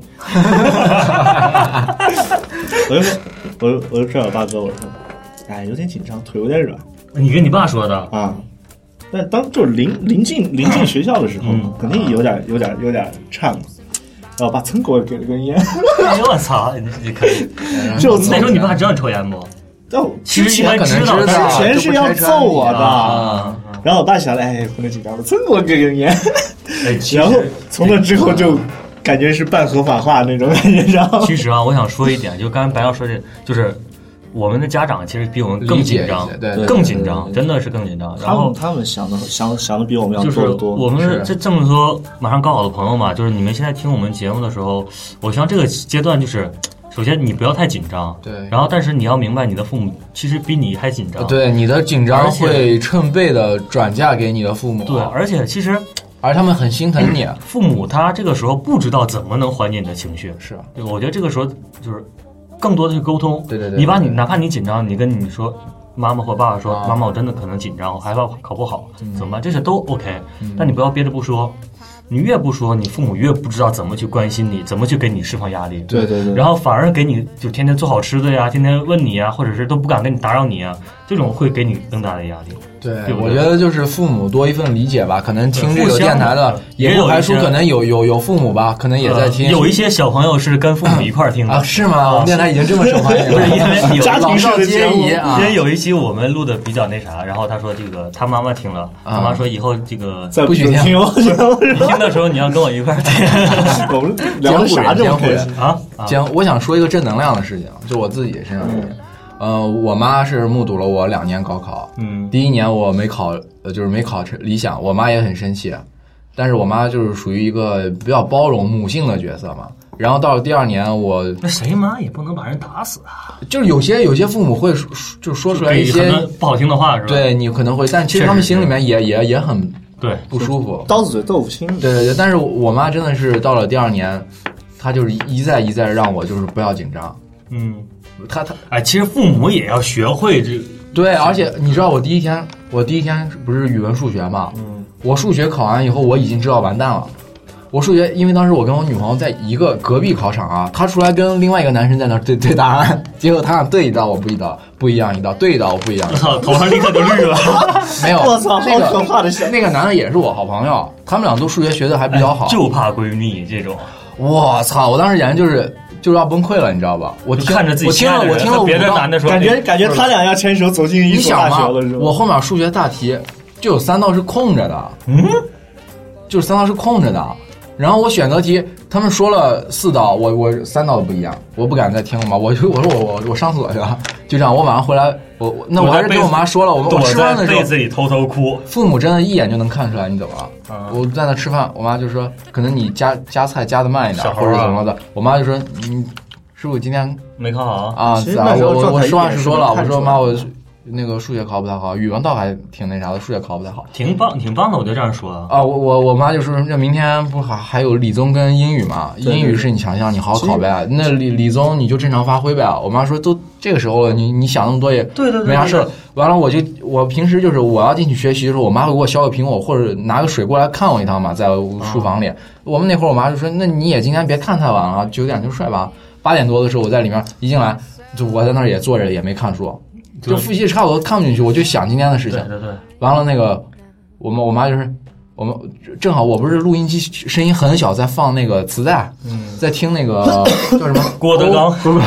我就拽我爸哥，我说，哎，有点紧张，腿有点软。 你跟你爸说的啊？但就是临近学校的时候，肯定有点颤嘛。然后我爸蹭给我给了根烟。 哎呦我操！你可以。就那时候你爸知道你抽烟不？ 之前知道， 之前是要揍我的。然后我爸想了，哎，不能紧张了，蹭给我给根烟。然后从那之后就。感觉是半合法化那种感觉，然后其实啊，我想说一点，就刚才白老说的，就是我们的家长其实比我们更紧张， 对， 更紧张，真的是更紧张。然后他们想的比我们要多得多。 我们这么多马上高考的朋友嘛，就是你们现在听我们节目的时候，我希望这个阶段就是。首先，你不要太紧张， 对。 然后，但是你要明白，你的父母其实比你还紧张。 对，你的紧张会成倍的转嫁给你的父母。 对，而且其实。 而他们很心疼你， 父母他这个时候不知道怎么能缓解你的情绪， 是对，我觉得这个时候就是更多的去沟通， 对， 你把你哪怕你紧张，你跟你说妈妈或爸爸说，妈妈我真的可能紧张，我害怕考不好，怎么办？这些都 OK，但你不要憋着不说。你越不说，你父母越不知道怎么去关心你，怎么去给你释放压力。 对， 然后反而给你就天天做好吃的呀，天天问你呀，或者是都不敢跟你打扰你啊，这种会给你更大的压力。 对，我觉得就是父母多一份理解吧。可能听这个电台的，也不排除可能有父母吧，可能也在听。 有一些小朋友是跟父母一块儿听的啊？是吗？我们电台已经这么受欢迎了， 不是因为有家庭式的节目因为有一期我们录的比较那啥，然后他说这个他妈妈听了，他妈说以后这个再不许听， 听的时候你要跟我一块儿听。 我们聊啥这么开心啊？ 行，我想说一个正能量的事情，就我自己身上的事情。我妈是目睹了我2年高考，第1年我没考，就是没考成理想，我妈也很生气，但是我妈就是属于一个比较包容母性的角色嘛。然后到了第2年， 那谁妈也不能把人打死啊！ 就是有些父母会就说出来一些不好听的话，是吧？ 对你可能会，但其实他们心里面也很对不舒服， 刀子嘴豆腐心。 对，但是我妈真的是到了第2年，她就是一再让我就是不要紧张。他哎，其实父母也要学会这个。 对，而且你知道我第一天不是语文数学嘛？我数学考完以后，我已经知道完蛋了。我数学，因为当时我跟我女朋友在一个隔壁考场啊，她出来跟另外一个男生在那对答案，结果他俩对一道我不一样一道，对一道我不一样。 我操，头上立刻就绿了。 没有， 我操，好可怕的事。 那个男的也是我好朋友，他们俩都数学学的还比较好。 就怕闺蜜这种。 我操！我当时眼睛就是要崩溃了，你知道吧？我看着自己， 我听了别的男的说， 感觉他俩要牵手走进一所大学了，是吧？ 我后面数学大题就有3道是空着的，就是3道是空着的。然后我选择题，他们说了4道，我3道都不一样，我不敢再听了嘛。我说我上厕所去了，就这样。我晚上回来，我还是跟我妈说了，我吃饭的时候被子里偷哭。 父母真的一眼就能看出来你怎么了。我在那吃饭，我妈就说可能你加菜加的慢一点，或者怎么的。我妈就说师傅今天没考好啊。我实话实说了，我说妈我。那个数学考不太好，语文倒还挺那啥的，数学考不太好， 挺棒的，我就这样说啊。我妈就说，这明天不还有理综跟英语嘛？英语是你强项，你好好考呗。那理综你就正常发挥呗。我妈说都这个时候了，你想那么多也没啥事。完了我平时就是我要进去学习的时候，我妈会给我削个苹果或者拿个水过来看我一趟嘛，在书房里。我们那会儿我妈就说，那你也今天别看太晚了，9点就睡吧。8点多的时候我在里面一进来，就我在那儿也坐着也没看书。就复习差不多看不进去，我就想今天的事情。 对。 完了那个，我妈就是我们正好我不是录音机声音很小，在放那个磁带，在听那个叫什么郭德纲， 不是，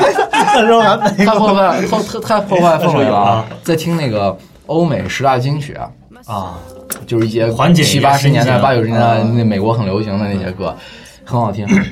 太破坏氛围了，在听那个欧美10大金曲啊， 就是一些缓解 70、80年代、80、90年代那美国很流行的那些歌，很好听。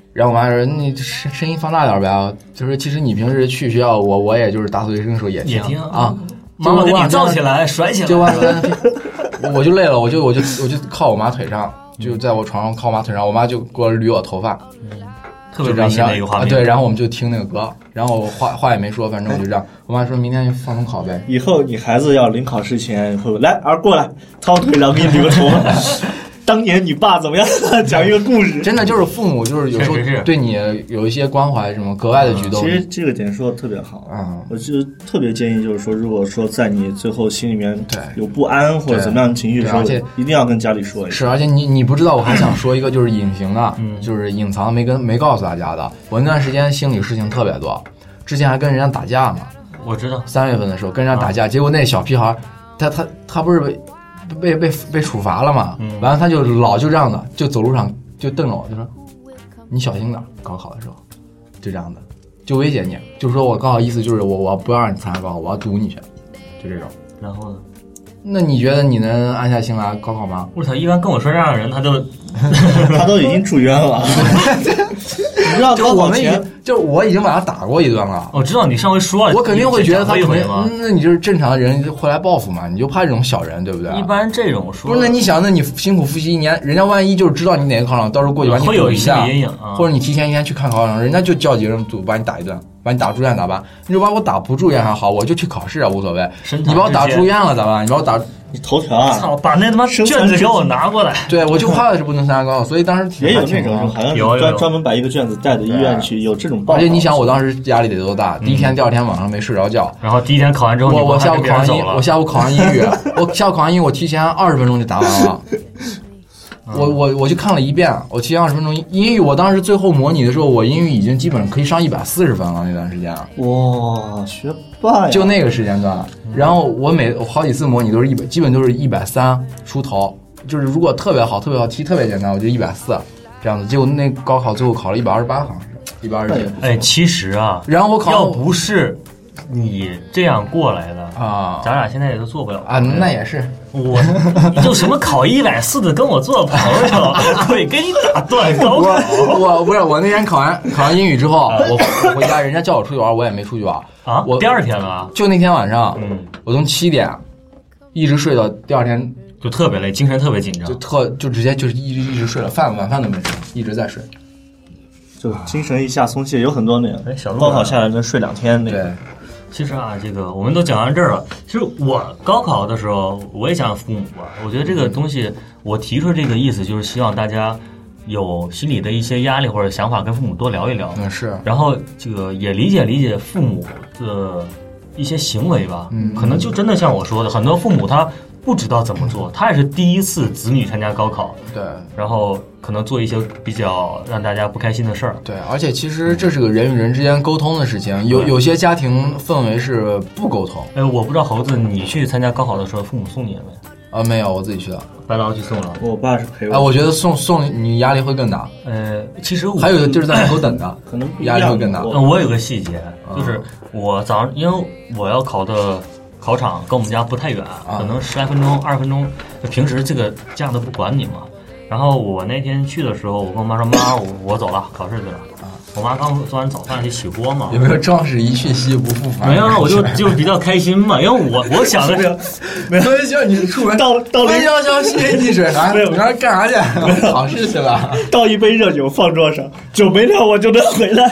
然后我妈说你声音放大点呗，就是其实你平时去学校，我也就是打扫卫生的时候也听啊， 妈妈给你造起来甩起来， 就我就累了，我就靠我妈腿上，就在我床上靠我妈腿上，我妈就给我捋我头发， 特别温馨的一个画面。 对，然后我们就听那个歌，然后话也没说，反正我就这样。我妈说明天放松考呗。 以后你孩子要临考试前会来过来，掏腿上给你捋个头发。当年你爸怎么样？讲一个故事。 真的就是父母就是有时候对你有一些关怀，什么格外的举动。 其实这个点说的特别好啊，我就特别建议就是说，如果说在你最后心里面有不安或者怎么样的情绪的时候，一定要跟家里说一下。 是，而且你不知道，我还想说一个就是隐形的，就是隐藏没告诉大家的。我那段时间心里事情特别多，之前还跟人家打架嘛。 我知道 3月份的时候跟人家打架，结果那小屁孩他不是被处罚了嘛？完了他就老就这样的，就走路上就瞪着我，就说你小心点，高考的时候就这样的，就威胁你，就是说我高考意思就是我不要让你参加高考，我要堵你去，就这种。 然后呢？ 那你觉得你能安下心来高考吗？ 我操！一般跟我说这样的人，他都已经住院了。你知道高考前就是我已经把他打过一顿了。 我知道你上回说了， 我肯定会觉得他肯定，那你就是正常的人会来报复嘛？你就怕这种小人，对不对？ 一般这种说不是，那你想，那你辛苦复习1年，人家万一就是知道你哪个考场，到时候过去把你堵一下， 阴影或者你提前1天去看考场，人家就叫几个人组把你打一顿，把你打住院咋办？你就把我打不住院还好，我就去考试啊，无所谓。你把我打住院了咋办？你把我打。 你头条啊！ 操，把那他妈卷子给我拿过来！ 对，我就怕的是不能参加高考，所以当时也有那种，好像专门把一个卷子带到医院去，有这种报。 而且你想，我当时压力得多大？第一天、第二天晚上没睡着觉， 然后第一天考完之后， 我下午考完英语，我提前20分钟就答完了。我就看了一遍，我提前20分钟英语，我当时最后模拟的时候，我英语已经基本可以上140分了那段时间。 哇，学霸呀！ 就那个时间段，然后我好几次模拟都是基本都是130出头，就是如果特别好题特别简单，我就140这样子。结果那高考最后考了128，好像是120几。 哎，其实啊， 然后我考要不是你这样过来的啊， 咱俩现在也都做不了啊。那也是我，你就什么考140的跟我做朋友，腿给你打断。高考我不是我那天考完英语之后，我回家，人家叫我出去玩，我也没出去玩啊。我第二天了， 就那天晚上，我从7点一直睡到第二天， 就特别累，精神特别紧张， 就直接就是一直睡了，晚饭都没吃，一直在睡， 就精神一下松懈。有很多那个高考下来能睡2天那个。 对。 其实啊，这个我们都讲完这儿了。其实我高考的时候，我也想父母吧。我觉得这个东西，我提出这个意思，就是希望大家有心里的一些压力或者想法，跟父母多聊一聊。 是。然后这个也理解父母的一些行为吧。可能就真的像我说的，很多父母他不知道怎么做，他也是第一次子女参加高考。 对。然后可能做一些比较让大家不开心的事儿。 对，而且其实这是个人与人之间沟通的事情，有些家庭氛围是不沟通。 我不知道猴子，你去参加高考的时候，父母送你了没？ 没有，我自己去的。 白狼去送了， 我爸是陪我。 我觉得送你压力会更大。 其实还有就是在门口等的， 可能压力会更大。 我有个细节，就是我早上，因为我要考的考场跟我们家不太远，可能10来分钟、20分钟。就平时这个家都不管你嘛。然后我那天去的时候，我跟我妈说：“妈，我走了，考试去了。”我妈刚做完早饭去洗锅嘛。 有没有壮士一去兮不复返？ 没有，我就比较开心嘛，因为我想的是， 没有叫你出门到零幺幺歇一水寒，没有，你说干啥去？考试去了。 倒一杯热酒放桌上，酒没了我就能回来。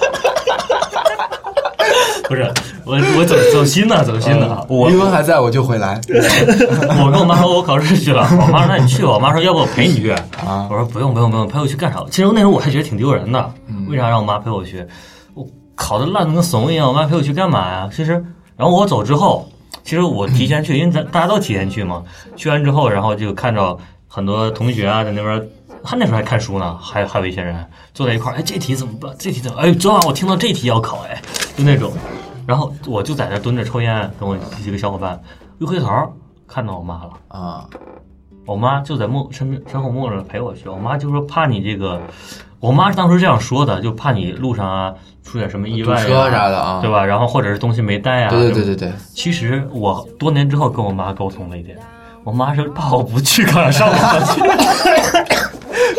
不是我走心的， 余文还在我就回来。 我跟我妈说我考试去了，我妈说那你去吧，我妈说要不我陪你去啊？我说不用，陪我去干啥？其实那时候我还觉得挺丢人的，为啥让我妈陪我去？我考的烂的跟怂一样，我妈陪我去干嘛呀？其实，然后我走之后，其实我提前去，因为大家都提前去嘛。去完之后，然后就看着很多同学啊在那边。他那时候还看书呢，还有一些人坐在一块儿，这题怎么办？这题怎么？昨晚我听到这题要考，就那种。然后我就在那蹲着抽烟，跟我几个小伙伴，一回头看到我妈了啊，我妈就在身后默着陪我去。我妈就说怕你这个，我妈当时这样说的，就怕你路上啊出点什么意外车啥的啊， 对吧？然后或者是东西没带啊。 对。 其实我多年之后跟我妈沟通了一点，我妈说怕我不去考上上不去。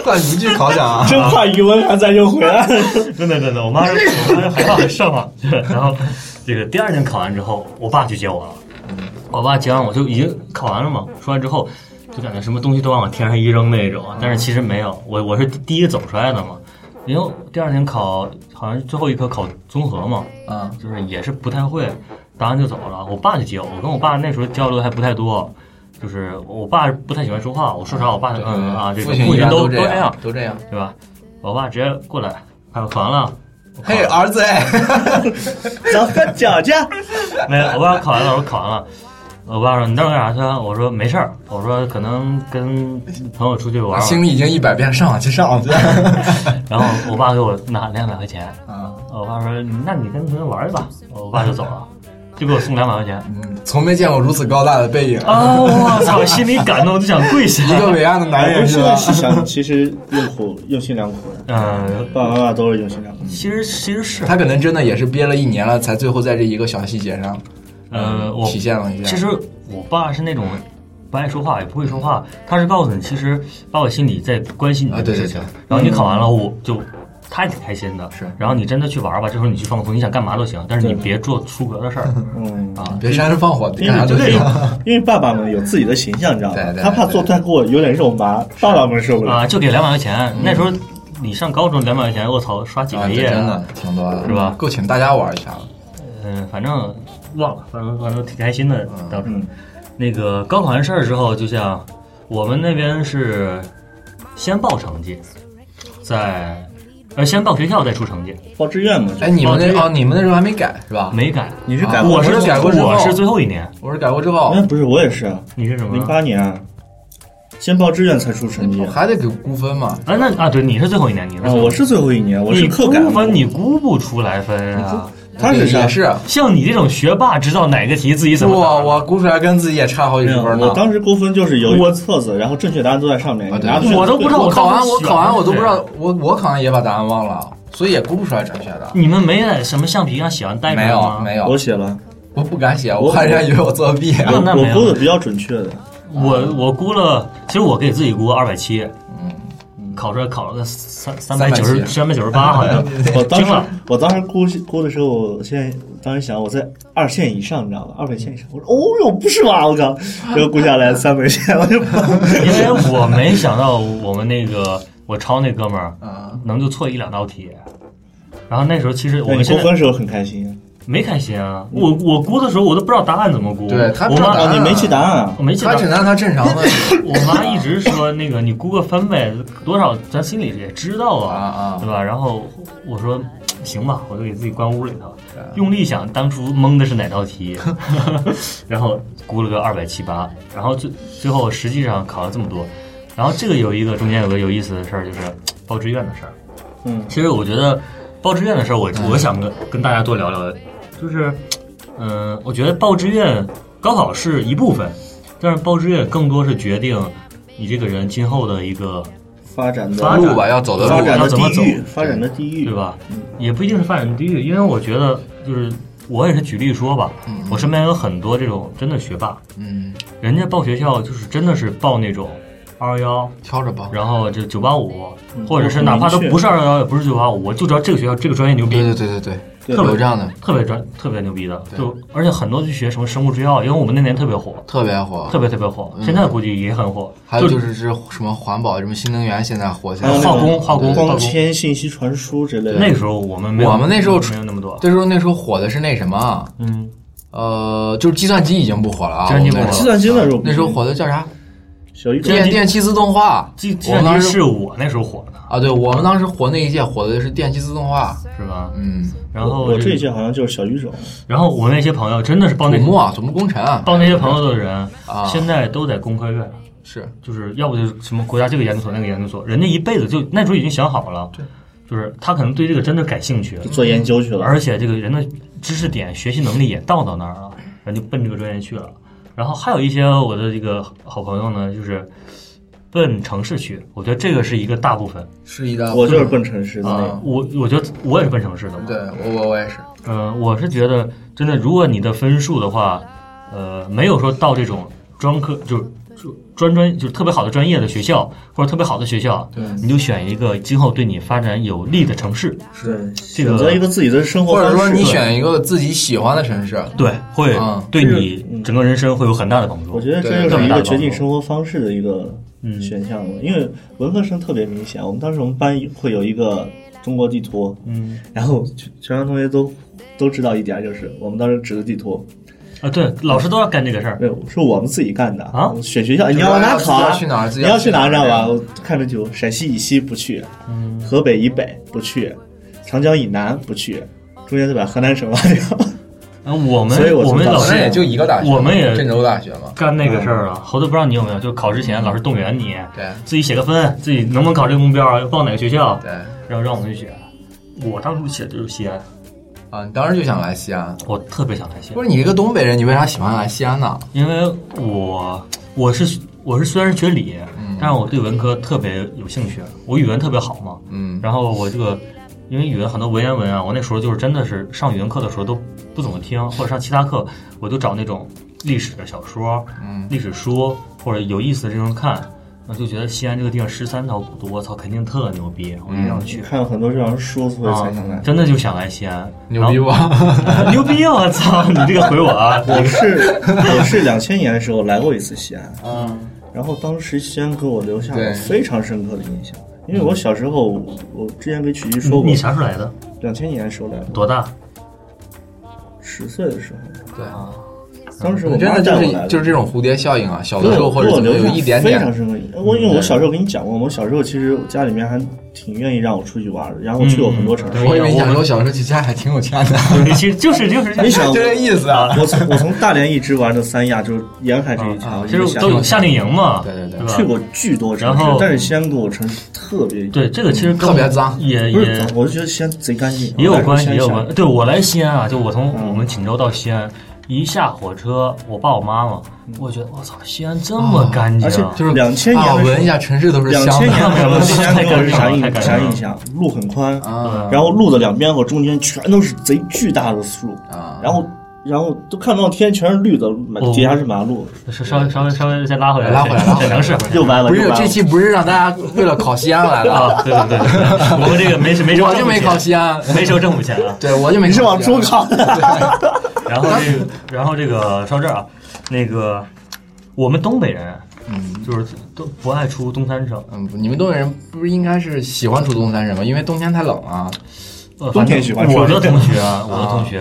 算一句考奖啊！ 真怕语文还再又回来。 真的，我妈害怕很上啊。然后这个第2天考完之后，我爸去接我了。我爸接完我就已经考完了嘛，说完之后就感觉什么东西都往天上一扔那种，但是其实没有，我是第一个走出来的嘛。因为第2天考好像最后一科考综合嘛，就是也是不太会，答完就走了。我爸就接我，我跟我爸那时候交流还不太多，就是我爸不太喜欢说话，我说啥我爸这个父亲都这样，对吧？我爸直接过来，考完了。 嘿，儿子哎， 找个脚去。 没有，我爸考完了，我说考完了。我爸说你待会儿干啥去？我说没事儿，我说可能跟朋友出去玩。 心里已经100遍上网去。 然后我爸给我拿200块钱。我爸说那你跟朋友玩去吧。我爸就走了，就给我送200块钱。 从没见过如此高大的背影啊！我操，心里感动就想跪下。 一个伟岸的男人是吧？ 想其实用心良苦。爸爸妈妈都是用心良苦。 其实是他可能真的也是憋了1年了，才最后在这一个小细节上。 我体现了一下。 其实我爸是那种不爱说话，也不会说话，他是告诉你，其实把我心里在关心你的事情。然后你考完了，我就他也挺开心的。 是。 然后你真的去玩吧，这时候你去放松，你想干嘛都行，但是你别做出格的事儿。 别煽风放火，干啥都行。 因为爸爸们有自己的形象，你知道吗？他怕做太过有点肉麻，爸爸们受不了啊。就给200块钱，那时候你上高中200块钱，我操，刷几个月， 真的挺多的， 是吧？ 够请大家玩一下了。 反正忘了，反正挺开心的。当时那个高考完事儿之后，就像我们那边是先报成绩，先报学校再出成绩， 报志愿嘛。 哎，你们那时候还没改是吧？ 没改， 你是改过？ 我是改过之后， 我是最后一年， 我是改过之后。 不是，我也是。 你是什么 ？08年。先报志愿才出成绩， 还得给估分嘛？ 对，你是最后一年， 我是最后一年，我是课改估分，你估不出来分啊。 他是也是像你这种学霸，知道哪个题自己怎么答。 我估出来跟自己也差好几分呢。 我当时估分就是有一个册子，然后正确答案都在上面。 我都不知道， 我考完我都不知道，我考完也把答案忘了，所以也估不出来正确的。 你们没在什么橡皮上写完带出来吗？ 没有， 我写了， 我不敢写，我怕人家以为我作弊。 我估的比较准确的。 我估了，其实我给自己估270，考出来考了个398，好像。 我当时估的时候，我现在当时想我在2线以上，你知道吧？200线以上，我说哦哟，不是吧？我靠，然后估下来300线，我就因为我没想到我们那个我抄那哥们儿能就错1-2道题，然后那时候其实我们估分时候很开心。 没开心啊！我估的时候我都不知道答案怎么估。 对，他不知道答案， 你没记答案啊？ 我没记答案。 他只拿他正常的。 我妈一直说那个你估个分呗，多少咱心里也知道啊，对吧？然后我说行吧，我就给自己关屋里头，用力想当初蒙的是哪道题，然后估了个278，然后最后实际上考了这么多，然后这个中间有个有意思的事儿，就是报志愿的事儿。其实我觉得报志愿的事儿，我想跟大家多聊聊。就是，我觉得报志愿，高考是一部分，但是报志愿更多是决定你这个人今后的一个发展路吧，要走的路， 要怎么走， 发展的地域， 对吧？也不一定是发展的地域，因为我觉得就是我也是举例说吧，我身边有很多这种真的学霸，人家报学校就是真的是报那种211 挑着报， 然后这985，或者是哪怕都不是211，也不是985，我就知道这个学校这个专业牛逼， 对。特别有这样的， 特别牛逼的，就而且很多去学什么生物制药，因为我们那年特别火， 特别火， 现在估计也很火。 还有就是什么环保，什么新能源，现在火起来， 化工、 光纤、信息传输之类的。 那个时候我们那时候没有那么多， 那时候火的是那什么，就是计算机已经不火了啊， 计算机那时候火的叫啥？ 小语种电气自动化， 计算机是我那时候火的啊，对我们当时火那一届火的是电气自动化， 是吧？然后我这一届好像就是小语种。 然后我那些朋友真的是报土木工程， 报那些朋友的人现在都在工科院，就是要不就是什么国家这个研究所那个研究所，人家一辈子就那时候已经想好了，就是他可能对这个真的感兴趣， 做研究去了， 而且这个人的知识点、学习能力也到那儿了，人就奔这个专业去了。然后还有一些我的这个好朋友呢，就是奔城市去，我觉得这个是一个大部分， 我就是奔城市的我觉得我也是奔城市的嘛。 对，我也是。 我是觉得真的，如果你的分数的话，没有说到这种专科，就是就是特别好的专业的学校或者特别好的学校，对，你就选一个今后对你发展有利的城市， 是选择一个自己的生活方式， 或者说你选一个自己喜欢的城市， 对，会对你整个人生会有很大的帮助。 我觉得这就是一个决定生活方式的一个选项了，因为文科生特别明显。当时我们班会有一个中国地图，然后全班同学都知道一点，就是我们当时指着地图。 对，老师都要干这个事儿。 没有，是我们自己干的啊！选学校，你要往哪考啊？你要去哪知道吧？我看着就陕西以西不去，河北以北不去，长江以南不去，中间再把河南省挖掉。 我们老师也就一个大学， 我们也郑州大学嘛， 干那个事儿了。后头不知道你有没有，就考之前老师动员你， 对， 自己写个分，自己能不能考这个目标，报哪个学校， 对， 然后让我们去写。我当初写的就是西安。 你当时就想来西安？ 我特别想来西安。 不是你一个东北人，你为啥喜欢来西安呢？ 因为我是虽然是学理，但是我对文科特别有兴趣。我语文特别好嘛，然后我这个因为语文很多文言文啊，我那时候就是真的是上语文课的时候都不怎么听，或者上其他课我都找那种历史的小说、历史书或者有意思的这种看。我就觉得西安这个地方13条古都，我操，肯定特牛逼，我一定要去。 看很多这样的书所以才想来， 真的就想来西安， 牛逼不？ 牛逼！我操，你这个回我啊！ 我是2000年的时候来过一次西安，然后当时西安给我留下了非常深刻的印象，因为我小时候，我之前给曲奇说过， 你啥时候来的 ？2000年的时候来的。 多大 ？10岁的时候。 对啊。 当时我真的就是这种蝴蝶效应啊，小的时候或者有一点点非常深刻。因为我小时候跟你讲过，我小时候其实家里面还挺愿意让我出去玩的，然后我去过很多城市。 我以为你想说小时候其实还挺有钱的， 其实就是你想这个意思啊。 我从大连一直玩到三亚，就是沿海这一条， 其实都有夏令营嘛。 对， 去过巨多城市，但是西安跟我城市特别对这个其实特别脏， 也我就觉得西安贼干净， 也有关系。对我来西安啊，就我从我们锦州到西安。一下火车，我爸我妈妈，我觉得我操，西安这么干净， 而且就是2000年闻一下城市都是香的。 2000年的西安给我是啥印象？路很宽，然后路的两边和中间全都是贼巨大的树，然后都看不到天，全是绿的，底下是马路。 稍微再拉回来，能是又歪了。 不是这期不是让大家为了考西安来的啊？对，我们这个没收， 我就没考西安， 没收政府钱啊。 对，我就没。 你是往出考的。 然后这个说这儿啊，那个我们东北人，就是都不爱出东三省。 你们东北人不是应该是喜欢出东三省吗？因为冬天太冷啊。 冬天喜欢出。 我的同学，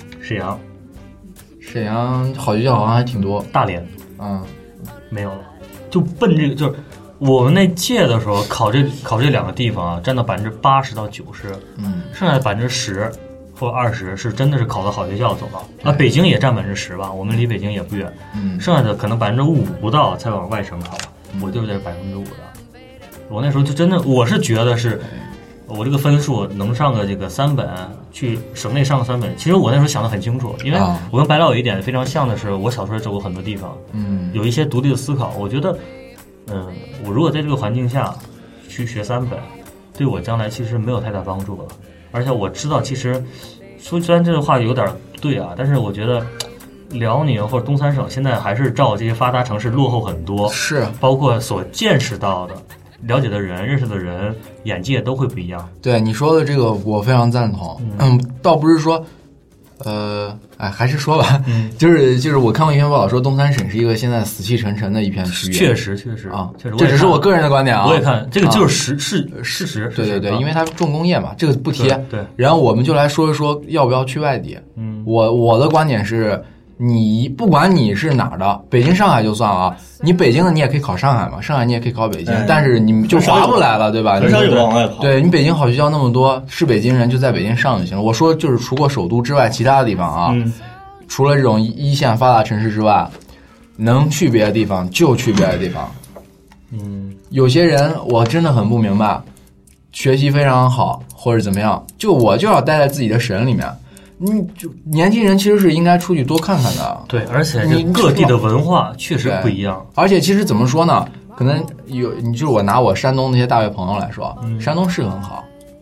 沈阳好学校好像还挺多。 大连，没有了，就奔这个就是。我们那届的时候考这两个地方啊，占到80%到90%，剩下的10%或20%是真的是考到好学校走了。北京也占10%吧，我们离北京也不远，剩下的可能5%不到才往外省考，我就是在5%的。我那时候就真的，我是觉得是我这个分数能上个这个3本，去省内上个3本。其实我那时候想得很清楚，因为我跟白老有一点非常像的是，我小时候走过很多地方，有一些独立的思考。我觉得。我如果在这个环境下去学3本，对我将来其实没有太大帮助了。而且我知道，其实虽然这个话有点对啊，但是我觉得辽宁或者东三省现在还是照这些发达城市落后很多， 是包括所见识到的、了解的人、认识的人，眼界都会不一样。 对你说的这个，我非常赞同。倒不是说。还是说吧，就是我看过一篇报道说东三省是一个现在死气沉沉的一片区域。 确实啊，这只是我个人的观点啊。 我也看这个就是事实。 对，因为它重工业嘛，这个不提。 对。 然后我们就来说一说要不要去外地。我的观点是，你不管你是哪儿的，北京、上海就算了，你北京的你也可以考上海嘛，上海你也可以考北京，但是你就划不来了，对吧？ 很少有往外跑。 对，你北京好学校那么多，是北京人就在北京上就行了。我说就是除过首都之外，其他的地方啊，除了这种一线发达城市之外，能去别的地方就去别的地方。有些人我真的很不明白，学习非常好或者怎么样，我就要待在自己的省里面。年轻人其实是应该出去多看看的。 对，而且各地的文化确实不一样。 而且其实怎么说呢？可能就是我拿我山东那些大学朋友来说，山东是很好，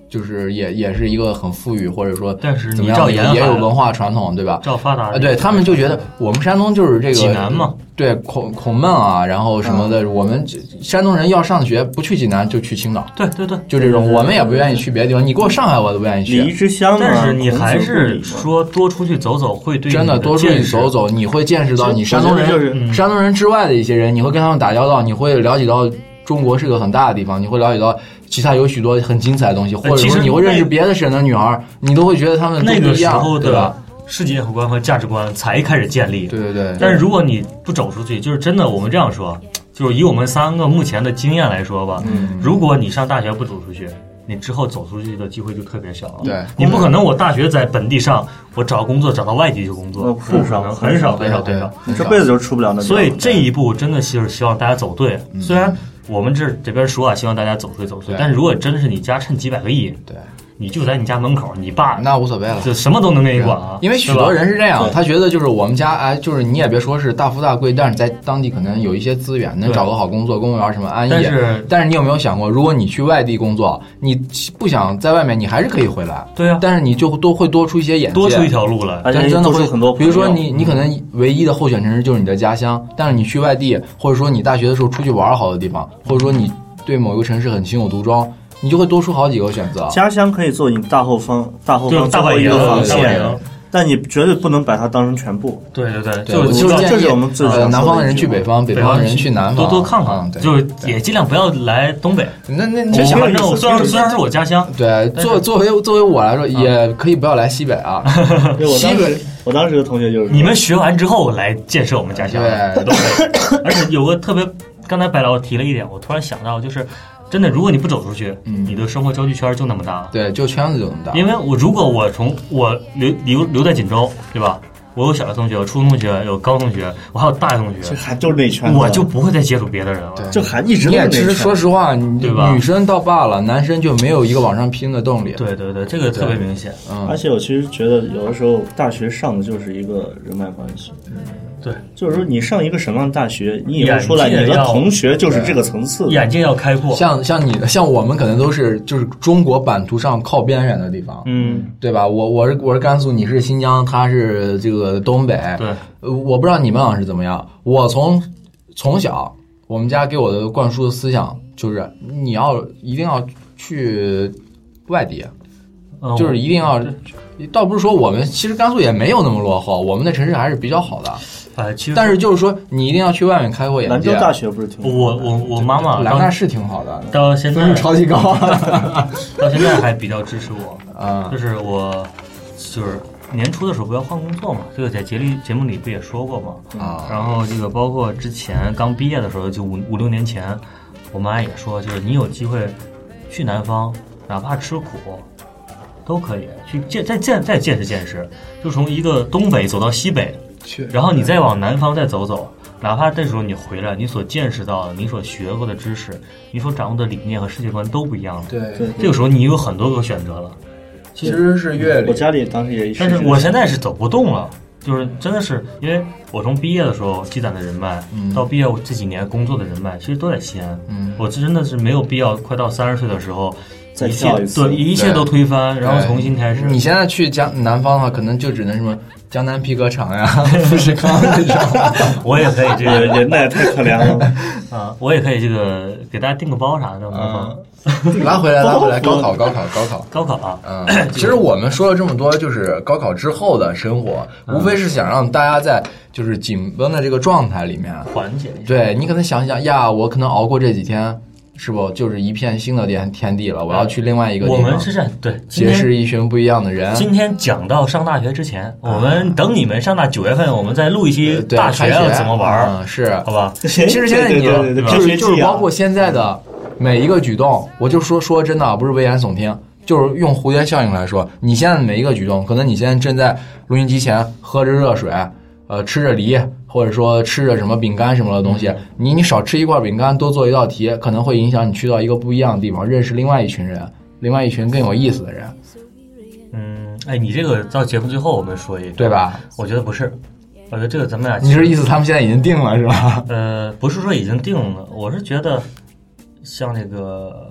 就是也是一个很富裕，或者说但是怎么样也有文化传统，对吧？ 照发达对他们就觉得我们山东就是这个济南嘛， 对孔孟啊，然后什么的，我们山东人要上学不去济南就去青岛， 对， 就这种，我们也不愿意去别的地方。你给我上海我都不愿意去。 你一支香， 但是你还是说多出去走走会对真的多出去走走，你会见识到你山东人之外的一些人，你会跟他们打交道，你会了解到中国是个很大的地方，你会了解到其他有许多很精彩的东西，或者说你会认识别的省的女孩，你都会觉得他们那个时候对吧？ 世界观和价值观才开始建立。 对。 但是如果你不走出去，就是真的，我们这样说，就是以我们3个目前的经验来说吧，如果你上大学不走出去，你之后走出去的机会就特别小了。 对， 你不可能我大学在本地上，我找工作找到外地去工作，不可能，很少， 你这辈子就出不了那。 所以这一步真的是希望大家走对。虽然我们这边说啊，希望大家走对，但是如果真的是你家趁几百个亿， 对， 你就在你家门口，你爸那无所谓了， 就什么都能给你管啊。 因为许多人是这样，他觉得就是我们家就是你也别说是大富大贵，但是在当地可能有一些资源，能找个好工作，公务员什么安逸。但是你有没有想过，如果你去外地工作，你不想在外面，你还是可以回来。 对啊， 但是你就会多出一些眼界， 多出一条路来。 但是真的会很多，比如说你可能唯一的候选城市就是你的家乡，但是你去外地，或者说你大学的时候出去玩好的地方，或者说你对某一个城市很情有独钟，你就会多出好几个选择。 家乡可以做你大后方最后一个防线，但你绝对不能把它当成全部。 对， 这是我们最南方的人去北方，北方人去南方， 多看看，就也尽量不要来东北。 那反正虽然是我家乡， 对，作为我来说，也可以不要来西北啊。 我当时的同学就是你们学完之后来建设我们家乡， 对， 东北。而且有个特别，刚才白老提了一点，我突然想到，就是真的，如果你不走出去，你的生活交际圈就那么大， 对，就圈子就那么大。 因为如果我留在锦州，对吧？我有小学同学，有初中同学，有高中同学，我还有大学同学， 这还就是那圈子， 我就不会再接触别的人了。 就还一直在。 其实说实话， 对吧？ 女生倒罢了，男生就没有一个往上拼的动力。 对，这个特别明显。 而且我其实觉得，有的时候大学上的就是一个人脉关系。 对， 就是说你上一个什么样的大学，你以后出来，你的同学就是这个层次， 眼界要开阔。 像我们可能都是就是中国版图上靠边缘的地方，对吧？我是甘肃，你是新疆，他是这个东北， 对。 我不知道你们是怎么样。我从小我们家给我的灌输的思想就是你一定要去外地，就是一定要。倒不是说我们其实甘肃也没有那么落后，我们的城市还是比较好的。但是就是说你一定要去外面开阔眼界。 兰州大学不是挺好？ 我妈妈兰大是挺好的， 到现在分数超级高， 到现在还比较支持我啊。就是年初的时候不要换工作嘛，这个在节目里不也说过嘛啊。然后这个包括之前刚毕业的时候，就5、6年前，我妈也说，就是你有机会去南方，哪怕吃苦。都可以去再见识，就从一个东北走到西北，然后你再往南方再走走，哪怕这时候你回来，你所见识到的、你所学过的知识、你所掌握的理念和世界观都不一样了。 对， 这个时候你有很多个选择了。 其实是阅历， 我家里当时也， 但是我现在是走不动了，就是真的是因为我从毕业的时候积攒的人脉，到毕业这几年工作的人脉，其实都在西安。我真的是没有必要快到30岁的时候。一切都推翻，然后重新开始。 你现在去南方的话，可能就只能什么江南皮革厂呀、富士康那种。 我也可以这个人那也太可怜了啊！我也可以这个给大家订个包啥的。 拉回来，高考啊！ 其实我们说了这么多，就是高考之后的生活，无非是想让大家在就是紧绷的这个状态里面缓解一下。 对，你可能想想呀，我可能熬过这几天。是不就是一片新的天地了？我要去另外一个地方。 我们是这样，对， 结识一群不一样的人。 今天讲到上大学之前，我们等你们上9月份，我们再录一期大学要怎么玩， 是好吧？ 其实现在你就是包括现在的每一个举动，我就说真的，不是危言耸听，就是用蝴蝶效应来说，你现在的每一个举动，可能你现在正在录音机前喝着热水，吃着梨。或者说吃着什么饼干什么的东西，你少吃一块饼干，多做一道题，可能会影响你去到一个不一样的地方，认识另外一群人，另外一群更有意思的人。 你这个到节目最后我们说一个， 对吧？ 我觉得不是，我觉得这个咱们俩， 你是意思他们现在已经定了是吧？ 不是说已经定了，我是觉得像那个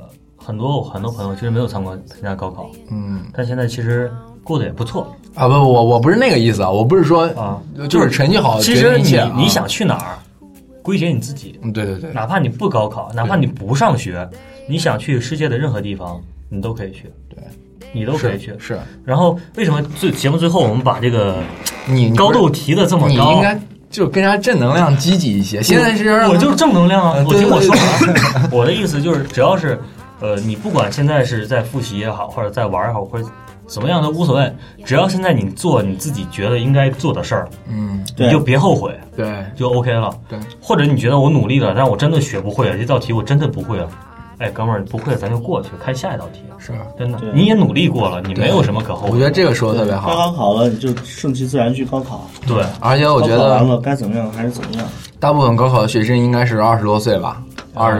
很多朋友其实没有参加高考，但现在其实过得也不错啊。不，我不是那个意思啊，我不是说啊，就是成绩好。 其实你想去哪儿，归结你自己。 对对对， 哪怕你不高考，哪怕你不上学，你想去世界的任何地方，你都可以去。 对。 你都可以去是， 然后为什么节目最后我们把这个高度提的这么高？ 你应该就更加正能量、积极一些。现在是我就是正能量啊！我听我说完，我的意思就是，只要是你不管现在是在复习也好，或者在玩也好，或者怎么样都无所谓，只要现在你做你自己觉得应该做的事儿，你就别后悔， 对， 就 OK 了。 对， 或者你觉得我努力了，但我真的学不会了，这道题我真的不会了。哎，哥们儿，不会咱就过去开下一道题， 是真的。你也努力过了，你没有什么可后悔。 我觉得这个说的特别好。 高考了，你就顺其自然去高考。 对， 而且我觉得完了该怎么样还是怎么样。 大部分高考的学生应该是20多岁吧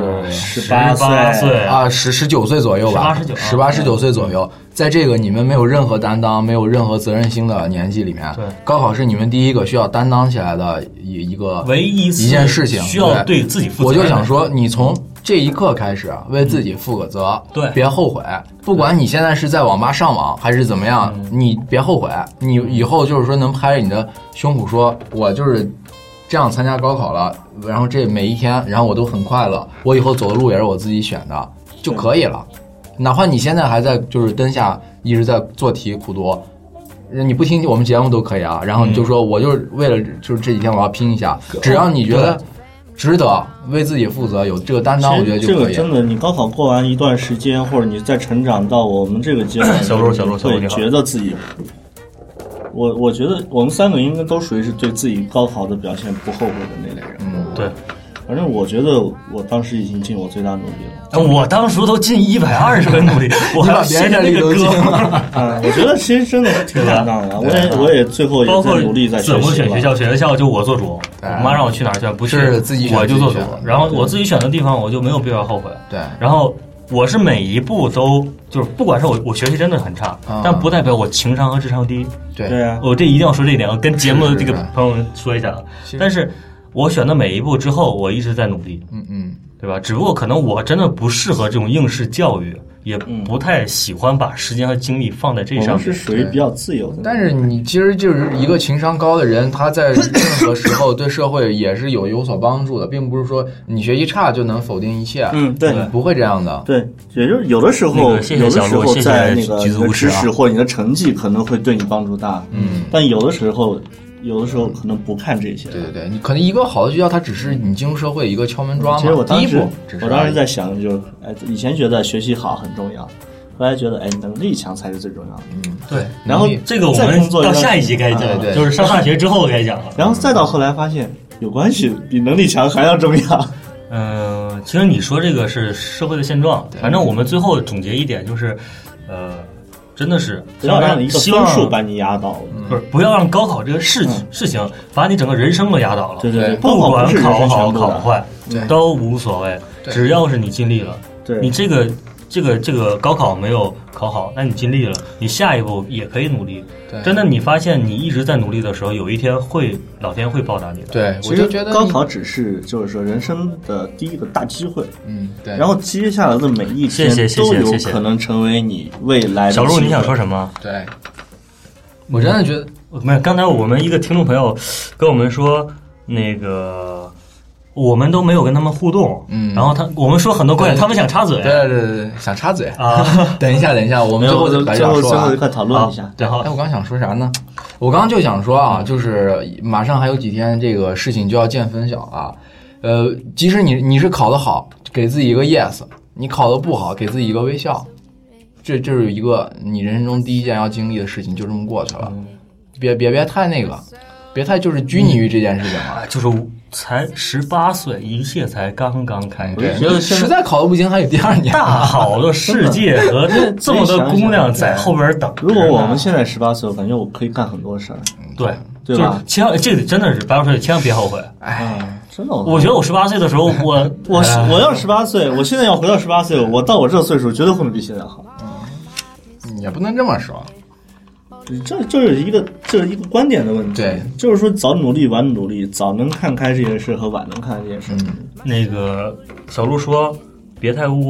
，18岁啊，19岁左右吧，18、19岁左右。在这个你们没有任何担当、没有任何责任心的年纪里面， 对， 高考是你们第一个需要担当起来的一个唯一一件事情， 需要对自己负责。 我就想说，你从这一刻开始为自己负个责， 对， 别后悔。不管你现在是在网吧上网还是怎么样，你别后悔。你以后就是说能拍着你的胸脯说，我就是这样参加高考了，然后这每一天，然后我都很快乐，我以后走的路也是我自己选的就可以了。哪怕你现在还在就是灯下一直在做题苦读，你不听我们节目都可以啊。然后你就说我就是为了就是这几天我要拼一下，只要你觉得值得为自己负责，有这个担当，我觉得就可以。 这个真的，你高考过完一段时间，或者你再成长到我们这个阶段， 小鹿会觉得自己，我觉得我们3个应该都属于是对自己高考的表现不后悔的那类人。 对。 反正我觉得我当时已经尽我最大努力了。 我当时都尽120分努力，我还把别人的力都尽了。我觉得其实真的挺坦荡的。我也最后也在努力在学习。 怎么选学校？选学校就我做主，我妈让我去哪儿去，不去自己我就做主。然后我自己选的地方，我就没有必要后悔。 对。 然后我是每一步都就是，不管是我学习真的很差，但不代表我情商和智商低。 对啊， 我这一定要说这一点，我跟节目的这个朋友们说一下。但是。我选的每一步之后，我一直在努力，对吧？只不过可能我真的不适合这种应试教育，也不太喜欢把时间和精力放在这上面。 我们是属于比较自由的。 但是你其实就是一个情商高的人，他在任何时候对社会也是有所帮助的，并不是说你学习差就能否定一切。 对， 不会这样的。 对，也就是有的时候，在那个你的知识或者你的成绩可能会对你帮助大，但有的时候可能不看这些。 对，你可能一个好的学校，它只是你进入社会一个敲门砖嘛。 其实我当时在想，就是以前觉得学习好很重要，后来觉得能力强才是最重要的。 对。 然后这个我们到下一集该讲了，就是上大学之后该讲了。 然后再到后来发现有关系，比能力强还要重要。 其实你说这个是社会的现状，反正我们最后总结一点就是，真的是不要让一个分数把你压倒了， 不要让高考这个事情把你整个人生都压倒了。 对， 不管考好考坏都无所谓，只要是你尽力了，你这个高考没有考好，那你尽力了，你下一步也可以努力。真的，你发现你一直在努力的时候，有一天老天会报答你的。 对，我就觉得高考只是就是说人生的第一个大机会。 对。 然后接下来的每一天都有可能成为你未来的小鹿，你想说什么？ 对，我真的觉得没有。刚才我们一个听众朋友跟我们说，那个我们都没有跟他们互动，然后我们说很多观点，他们想插嘴， 对，想插嘴啊！等一下，我们最后一块讨论一下。 对，好。 我刚想说啥呢？我刚刚就想说啊，就是马上还有几天，这个事情就要见分晓啊。即使你是考得好，给自己一个 yes； 你考得不好，给自己一个微笑。这是一个你人生中第一件要经历的事情，就这么过去了。别太那个。别太就是拘泥于这件事情了， 就是才18岁，一切才刚刚开始。 觉得实在考得不行，还有第2年。 大好的世界和这么多姑娘在后边等。 如果我们现在18岁，我感觉我可以干很多事儿。 对吧？ 这个真的是白老师，千万别后悔。 真的， 我觉得我18岁的时候，我要18岁，我现在要回到18岁，我到我这岁数绝对会比现在好。 也不能这么说。 这是一个观点的问题。 对， 就是说早努力晚努力，早能看开这件事和晚能看这件事。 那个小鹿说别太污，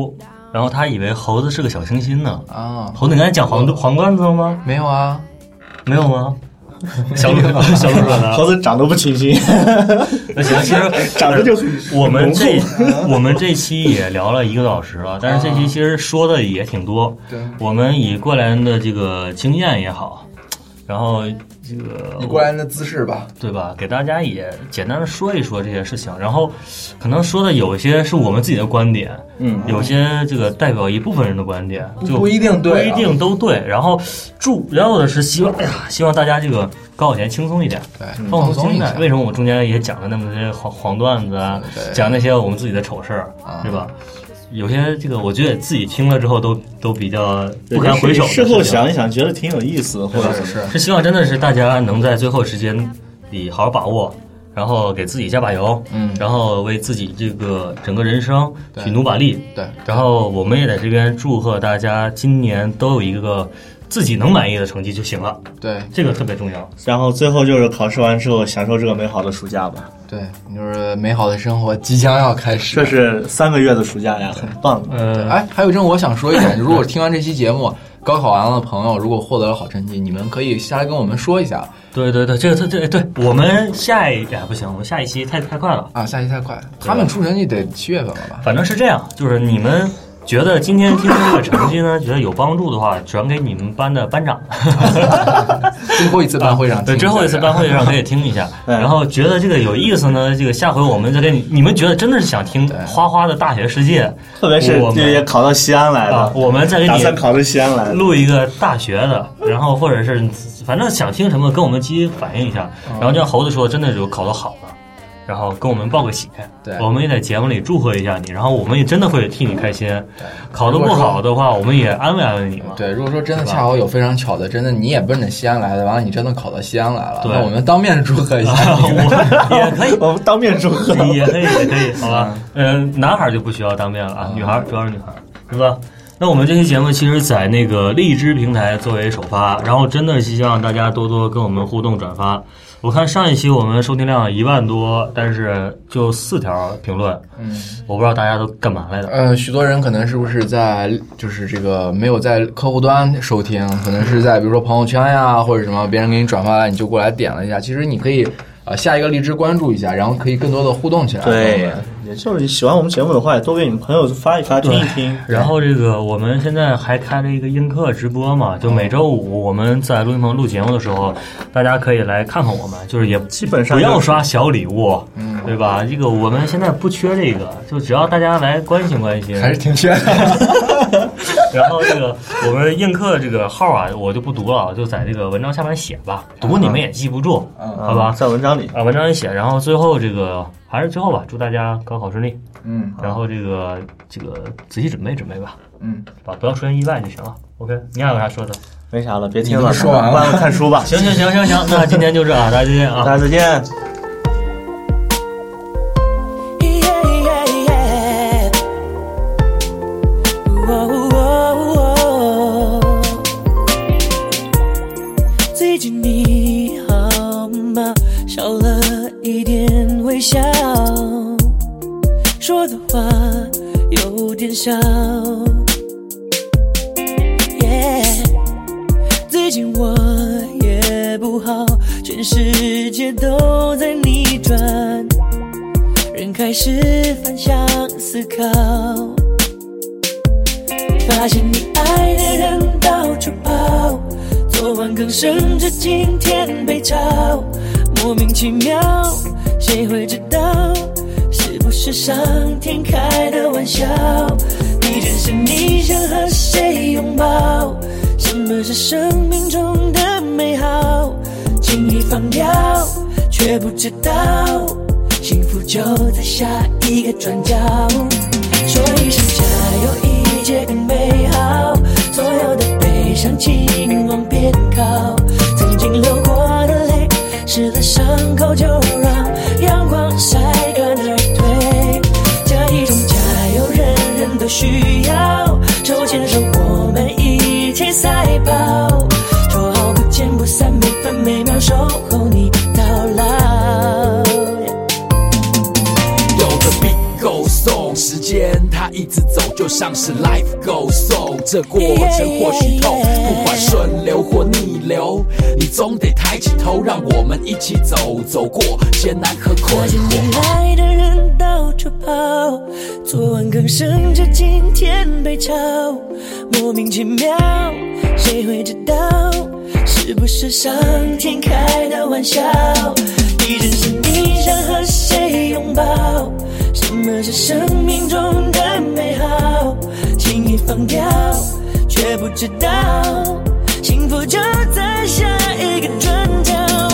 然后他以为猴子是个小清新呢。啊，猴子，你刚才讲黄段子了吗？ 没有啊， 没有吗？小鹿说的， 猴子长得不清新。 那行，其实长得就很我们这期也聊了1个多小时了，但是这期其实说的也挺多。 对， 我们以过来人的这个经验也好，然后这个以过来人的姿势吧， 对吧？给大家也简单的说一说这些事情，然后可能说的有一些是我们自己的观点，有些这个代表一部分人的观点，就不一定对， 不一定都对。然后主要的是希望大家这个高考前轻松一点， 对， 放松一点。为什么我中间也讲了那么些黄段子啊，讲那些我们自己的丑事儿，对吧？有些这个我觉得自己听了之后都比较不堪回首， 事后想一想觉得挺有意思的，或者是希望真的是大家能在最后时间里好好把握，然后给自己加把油，然后为自己这个整个人生去努把力， 对， 然后我们也在这边祝贺大家今年都有一个自己能满意的成绩就行了， 对， 这个特别重要。 然后最后就是考试完之后享受这个美好的暑假吧。 对，就是美好的生活即将要开始。 这是3个月的暑假呀，很棒。 还有我想说一点，如果听完这期节目，高考完了的朋友，如果获得了好成绩，你们可以下来跟我们说一下。 对，这个对，我们下一不行，我们下一期太快了啊，下一期太快，他们出成绩得7月份了吧？ 反正是这样，就是你们觉得今天听这个成绩呢，觉得有帮助的话，转给你们班的班长。 最后一次班会上， 对，最后一次班会上可以听一下。然后觉得这个有意思呢，这个下回我们再给你们觉得真的是想听花花的大学世界， 特别是也考到西安来了， 我们再给你打算考到西安来录一个大学的，然后或者是反正想听什么跟我们积极反映一下。然后就像猴子说，真的有考得好的。然后跟我们报个喜， 对， 我们也在节目里祝贺一下你，然后我们也真的会替你开心。考得不好的话，我们也安慰安慰你嘛。 对，如果说真的恰好有非常巧的，真的你也奔着西安来的，完了你真的考到西安来了，那我们当面祝贺一下也可以， 我们当面祝贺也可以，好吧？男孩就不需要当面了啊，女孩主要是女孩，是吧？那我们这期节目其实在那个荔枝平台作为首发，然后真的希望大家多多跟我们互动转发。我看上一期我们收听量1万多，但是就4条评论，我不知道大家都干嘛来的。 许多人可能是不是在就是这个没有在客户端收听，可能是在比如说朋友圈呀或者什么，别人给你转发来，你就过来点了一下。其实你可以下一个荔枝关注一下，然后可以更多的互动起来。 对，也就是喜欢我们节目的话，也多给你们朋友发一发，听一听。 然后这个我们现在还开了一个映客直播嘛，就每周五我们在录音棚录节目的时候，大家可以来看看我们，就是也基本上不要刷小礼物，对吧？这个我们现在不缺这个，就只要大家来关心关心， 还是挺缺的。 然后这个我们映客这个号啊，我就不读了，就在这个文章下面写吧，读你们也记不住，好吧？ 在文章里文章里写，然后最后这个还是最后吧，祝大家高考顺利，然后这个仔细准备吧，不要出现意外就行了。OK， 你还有啥说的？ 没啥了，别听了， 说完了， 看书吧。 行，那今天就这啊，大家再见啊， 大家再见。 最近你好吗？少了一点微笑，说的话有点少。最近我也不好，全世界都在逆转，人开始反向思考，发现你爱的人到处跑，昨晚更升至今天被炒，莫名其妙，谁会知道是不是上天开的玩笑？地震时你想和谁拥抱？什么是生命中的美好？轻易放掉，却不知道幸福就在下一个转角。说一声加油，一切更美好，所有的悲伤请往边靠，曾经流过的泪湿了伤口，就让阳光晒干而退。这一种加油人人都需要，手牵手我们一起赛跑，说好不见不散，每分每秒守候你到老。 有个 beat goes on， 时间它一直走，就像是 life goes on， 这过程或许痛，不管顺流或逆流，你总得抬起头，让我们一起走，走过艰难和困惑。 近年来的人到处跑，昨晚刚升着今天被炒，莫名其妙，谁会知道是不是上天开的玩笑？地震时你想和谁拥抱？什么是生命中的美好？轻易放掉，却不知道幸福就在下一个转角。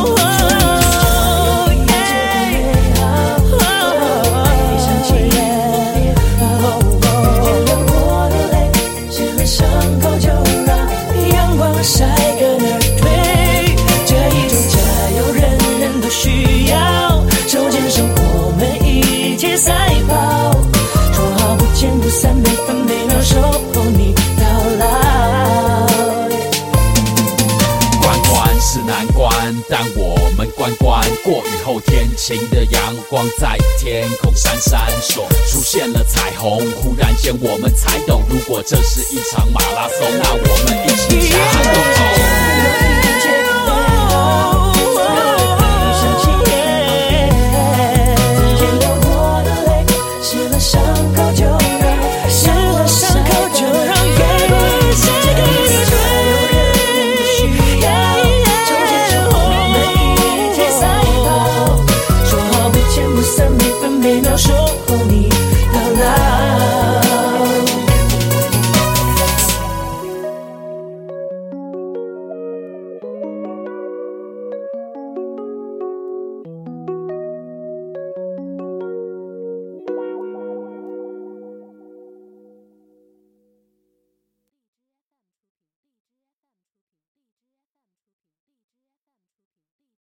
伤口就让阳光晒干而退，这一种加油人人都需要，手牵手我们一起赛跑，说好不见不散，每分每秒守候你到老。 关关是难关，但我们关关过雨后，天晴的阳光在天空闪闪烁，出现了彩虹，忽然间我们才懂，如果这是一场马拉松，那我们一起加油。